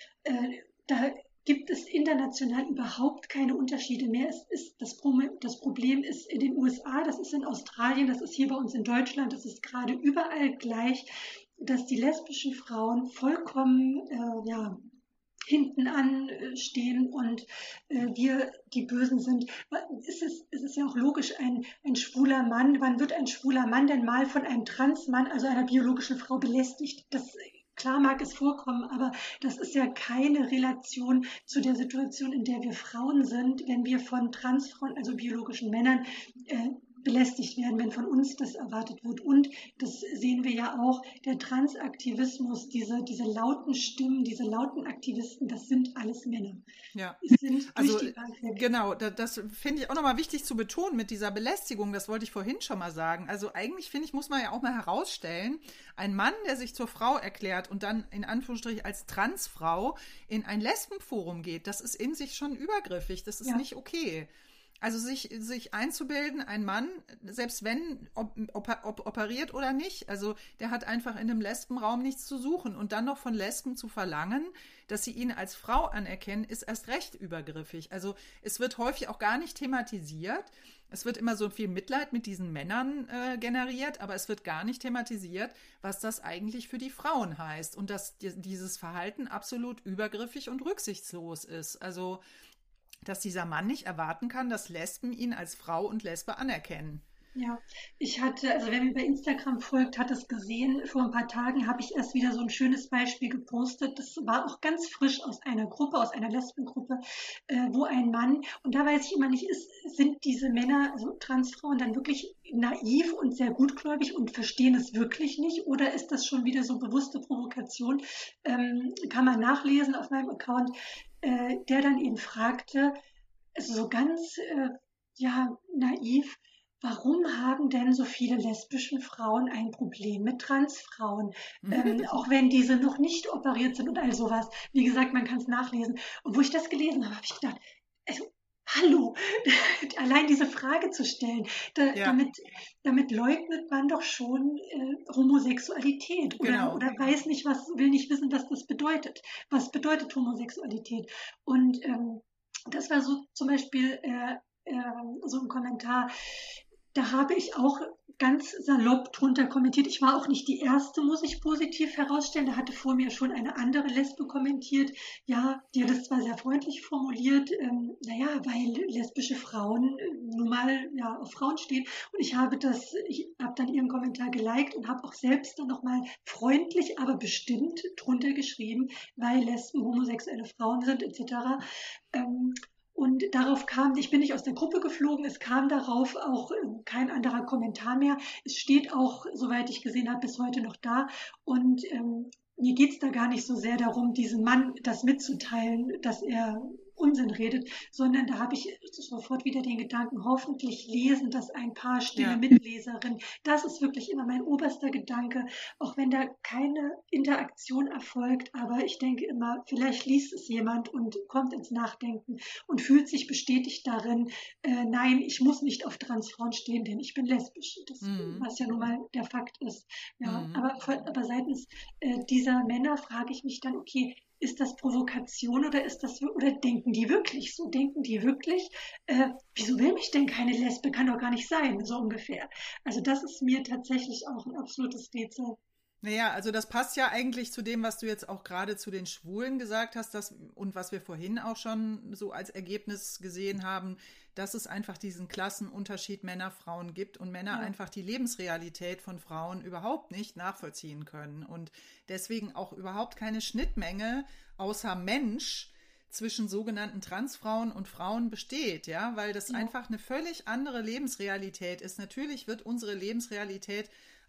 da gibt es international überhaupt keine Unterschiede mehr. Das Problem ist in den USA, das ist in Australien, das ist hier bei uns in Deutschland, das ist gerade überall gleich, dass die lesbischen Frauen vollkommen hinten anstehen und wir die Bösen sind. Es ist ja auch logisch, ein schwuler Mann, wann wird ein schwuler Mann denn mal von einem Transmann, also einer biologischen Frau, belästigt? Klar mag es vorkommen, aber das ist ja keine Relation zu der Situation, in der wir Frauen sind, wenn wir von Transfrauen, also biologischen Männern, belästigt werden, wenn von uns das erwartet wird. Und das sehen wir ja auch, der Transaktivismus, diese lauten Stimmen, diese lauten Aktivisten, das sind alles Männer. Ja, Sind also durch die Bank weg. genau, das finde ich auch nochmal wichtig zu betonen mit dieser Belästigung, das wollte ich vorhin schon mal sagen. Also eigentlich finde ich, muss man ja auch mal herausstellen, ein Mann, der sich zur Frau erklärt und dann in Anführungsstrichen als Transfrau in ein Lesbenforum geht, das ist in sich schon übergriffig, das ist nicht okay. Also sich einzubilden, ein Mann, selbst wenn operiert oder nicht, also der hat einfach in einem Lesbenraum nichts zu suchen und dann noch von Lesben zu verlangen, dass sie ihn als Frau anerkennen, ist erst recht übergriffig. Also es wird häufig auch gar nicht thematisiert. Es wird immer so viel Mitleid mit diesen Männern generiert, aber es wird gar nicht thematisiert, was das eigentlich für die Frauen heißt und dass dieses Verhalten absolut übergriffig und rücksichtslos ist. Also dass dieser Mann nicht erwarten kann, dass Lesben ihn als Frau und Lesbe anerkennen. Ja, also wer mir bei Instagram folgt, hat es gesehen. Vor ein paar Tagen habe ich erst wieder so ein schönes Beispiel gepostet. Das war auch ganz frisch aus einer Gruppe, aus einer Lesbengruppe, wo ein Mann, und da weiß ich immer nicht, sind diese Männer, also Transfrauen, dann wirklich naiv und sehr gutgläubig und verstehen es wirklich nicht? Oder ist das schon wieder so bewusste Provokation? Kann man nachlesen auf meinem Account, der dann ihn fragte, also so ganz naiv, warum haben denn so viele lesbische Frauen ein Problem mit Transfrauen, auch wenn diese noch nicht operiert sind und all sowas. Wie gesagt, man kann es nachlesen. Und wo ich das gelesen habe, habe ich gedacht, also hallo, allein diese Frage zu stellen, damit leugnet man doch schon Homosexualität Genau. oder will nicht wissen, was das bedeutet. Was bedeutet Homosexualität? Und das war so zum Beispiel so ein Kommentar, da habe ich auch ganz salopp drunter kommentiert. Ich war auch nicht die Erste, muss ich positiv herausstellen. Da hatte vor mir schon eine andere Lesbe kommentiert. Ja, die hat das zwar sehr freundlich formuliert, weil lesbische Frauen nun mal auf Frauen stehen. Und ich habe dann ihren Kommentar geliked und habe auch selbst dann nochmal freundlich, aber bestimmt drunter geschrieben, weil Lesben homosexuelle Frauen sind, etc. Und ich bin nicht aus der Gruppe geflogen, es kam darauf auch kein anderer Kommentar mehr. Es steht auch, soweit ich gesehen habe, bis heute noch da. Und mir geht es da gar nicht so sehr darum, diesem Mann das mitzuteilen, dass er Unsinn redet, sondern da habe ich sofort wieder den Gedanken, hoffentlich lesen das ein paar stille Mitleserinnen. Das ist wirklich immer mein oberster Gedanke, auch wenn da keine Interaktion erfolgt, aber ich denke immer, vielleicht liest es jemand und kommt ins Nachdenken und fühlt sich bestätigt darin, nein, ich muss nicht auf Transfrauen stehen, denn ich bin lesbisch, was ja nun mal der Fakt ist. Ja, aber seitens dieser Männer frage ich mich dann, okay, ist das Provokation oder denken die wirklich so? Denken die wirklich, wieso will mich denn keine Lesbe? Kann doch gar nicht sein, so ungefähr. Also das ist mir tatsächlich auch ein absolutes Rätsel. Naja, also das passt ja eigentlich zu dem, was du jetzt auch gerade zu den Schwulen gesagt hast, und was wir vorhin auch schon so als Ergebnis gesehen haben, dass es einfach diesen Klassenunterschied Männer-Frauen gibt und Männer einfach die Lebensrealität von Frauen überhaupt nicht nachvollziehen können und deswegen auch überhaupt keine Schnittmenge außer Mensch zwischen sogenannten Transfrauen und Frauen besteht, ja, weil das einfach eine völlig andere Lebensrealität ist. Natürlich wird unsere Lebensrealität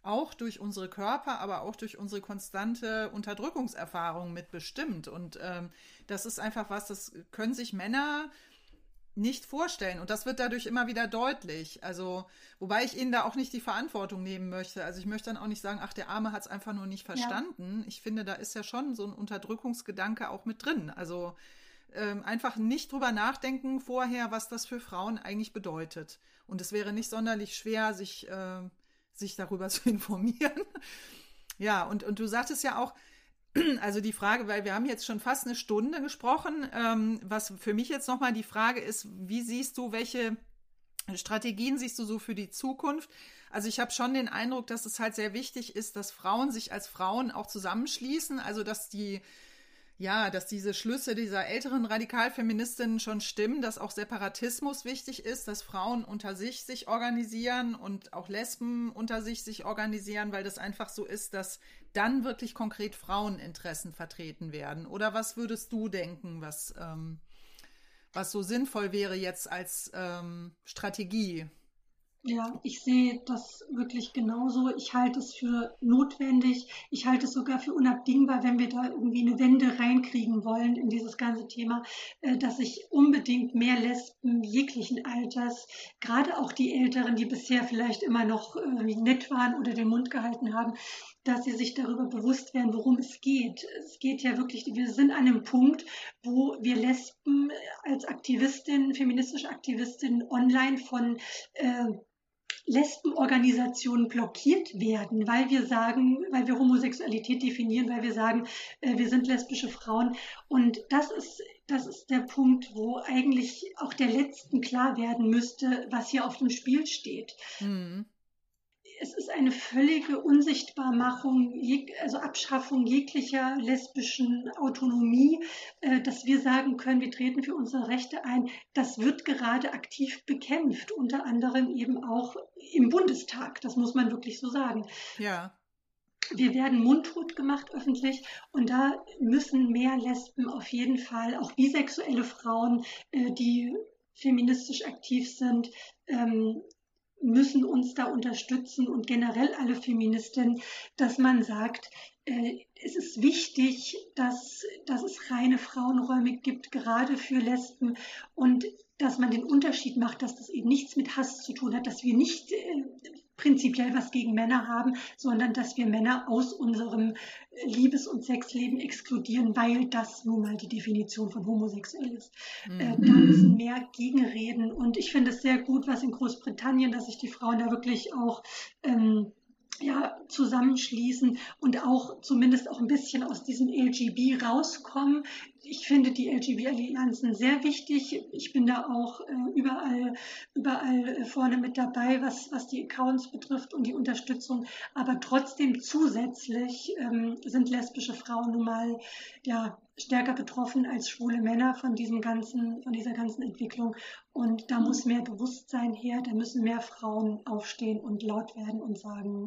auch durch unsere Körper, aber auch durch unsere konstante Unterdrückungserfahrung mitbestimmt. Und das ist einfach was, das können sich Männer nicht vorstellen. Und das wird dadurch immer wieder deutlich. Also, wobei ich ihnen da auch nicht die Verantwortung nehmen möchte. Also ich möchte dann auch nicht sagen, ach, der Arme hat es einfach nur nicht verstanden. Ja. Ich finde, da ist ja schon so ein Unterdrückungsgedanke auch mit drin. Also einfach nicht drüber nachdenken vorher, was das für Frauen eigentlich bedeutet. Und es wäre nicht sonderlich schwer, sich darüber zu informieren. Ja, und du sagtest ja auch, also die Frage, weil wir haben jetzt schon fast eine Stunde gesprochen, was für mich jetzt nochmal die Frage ist, wie siehst du, welche Strategien siehst du so für die Zukunft? Also ich habe schon den Eindruck, dass es halt sehr wichtig ist, dass Frauen sich als Frauen auch zusammenschließen, also dass diese Schlüsse dieser älteren Radikalfeministinnen schon stimmen, dass auch Separatismus wichtig ist, dass Frauen unter sich organisieren und auch Lesben unter sich organisieren, weil das einfach so ist, dass dann wirklich konkret Fraueninteressen vertreten werden. Oder was würdest du denken, was so sinnvoll wäre jetzt als Strategie? Ja, ich sehe das wirklich genauso. Ich halte es für notwendig. Ich halte es sogar für unabdingbar, wenn wir da irgendwie eine Wende reinkriegen wollen in dieses ganze Thema, dass sich unbedingt mehr Lesben jeglichen Alters, gerade auch die Älteren, die bisher vielleicht immer noch nett waren oder den Mund gehalten haben, dass sie sich darüber bewusst werden, worum es geht. Es geht ja wirklich, wir sind an einem Punkt, wo wir Lesben als Aktivistinnen, feministische Aktivistinnen online von Lesbenorganisationen blockiert werden, weil wir Homosexualität definieren, weil wir sagen, wir sind lesbische Frauen. Und das ist der Punkt, wo eigentlich auch der Letzten klar werden müsste, was hier auf dem Spiel steht. Mhm. Es ist eine völlige Unsichtbarmachung, also Abschaffung jeglicher lesbischen Autonomie, dass wir sagen können, wir treten für unsere Rechte ein. Das wird gerade aktiv bekämpft, unter anderem eben auch im Bundestag. Das muss man wirklich so sagen. Ja. Wir werden mundtot gemacht öffentlich und da müssen mehr Lesben auf jeden Fall, auch bisexuelle Frauen, die feministisch aktiv sind, müssen uns da unterstützen und generell alle Feministinnen, dass man sagt, es ist wichtig, dass es reine Frauenräume gibt, gerade für Lesben und dass man den Unterschied macht, dass das eben nichts mit Hass zu tun hat, dass wir nicht prinzipiell was gegen Männer haben, sondern dass wir Männer aus unserem Liebes- und Sexleben exkludieren, weil das nun mal die Definition von homosexuell ist. Da müssen mehr gegenreden und ich finde es sehr gut, was in Großbritannien, dass sich die Frauen da wirklich auch zusammenschließen und auch zumindest auch ein bisschen aus diesem LGB rauskommen. Ich finde die LGB-Allianzen sehr wichtig. Ich bin da auch überall vorne mit dabei, was die Accounts betrifft und die Unterstützung. Aber trotzdem zusätzlich sind lesbische Frauen nun mal stärker betroffen als schwule Männer von dieser ganzen Entwicklung. Und da muss mehr Bewusstsein her, da müssen mehr Frauen aufstehen und laut werden und sagen,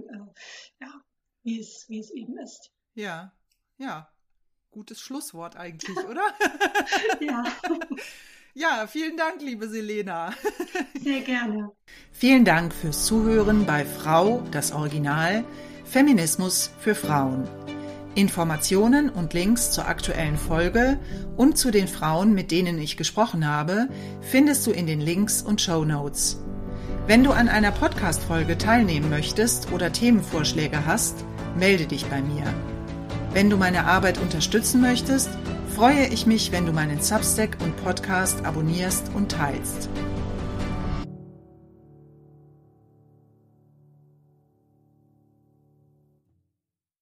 wie es eben ist. Ja. Gutes Schlusswort eigentlich, oder? Ja. Ja, vielen Dank, liebe Selena. Sehr gerne. Vielen Dank fürs Zuhören bei Frau, das Original, Feminismus für Frauen. Informationen und Links zur aktuellen Folge und zu den Frauen, mit denen ich gesprochen habe, findest du in den Links und Shownotes. Wenn du an einer Podcast-Folge teilnehmen möchtest oder Themenvorschläge hast, melde dich bei mir. Wenn du meine Arbeit unterstützen möchtest, freue ich mich, wenn du meinen Substack und Podcast abonnierst und teilst.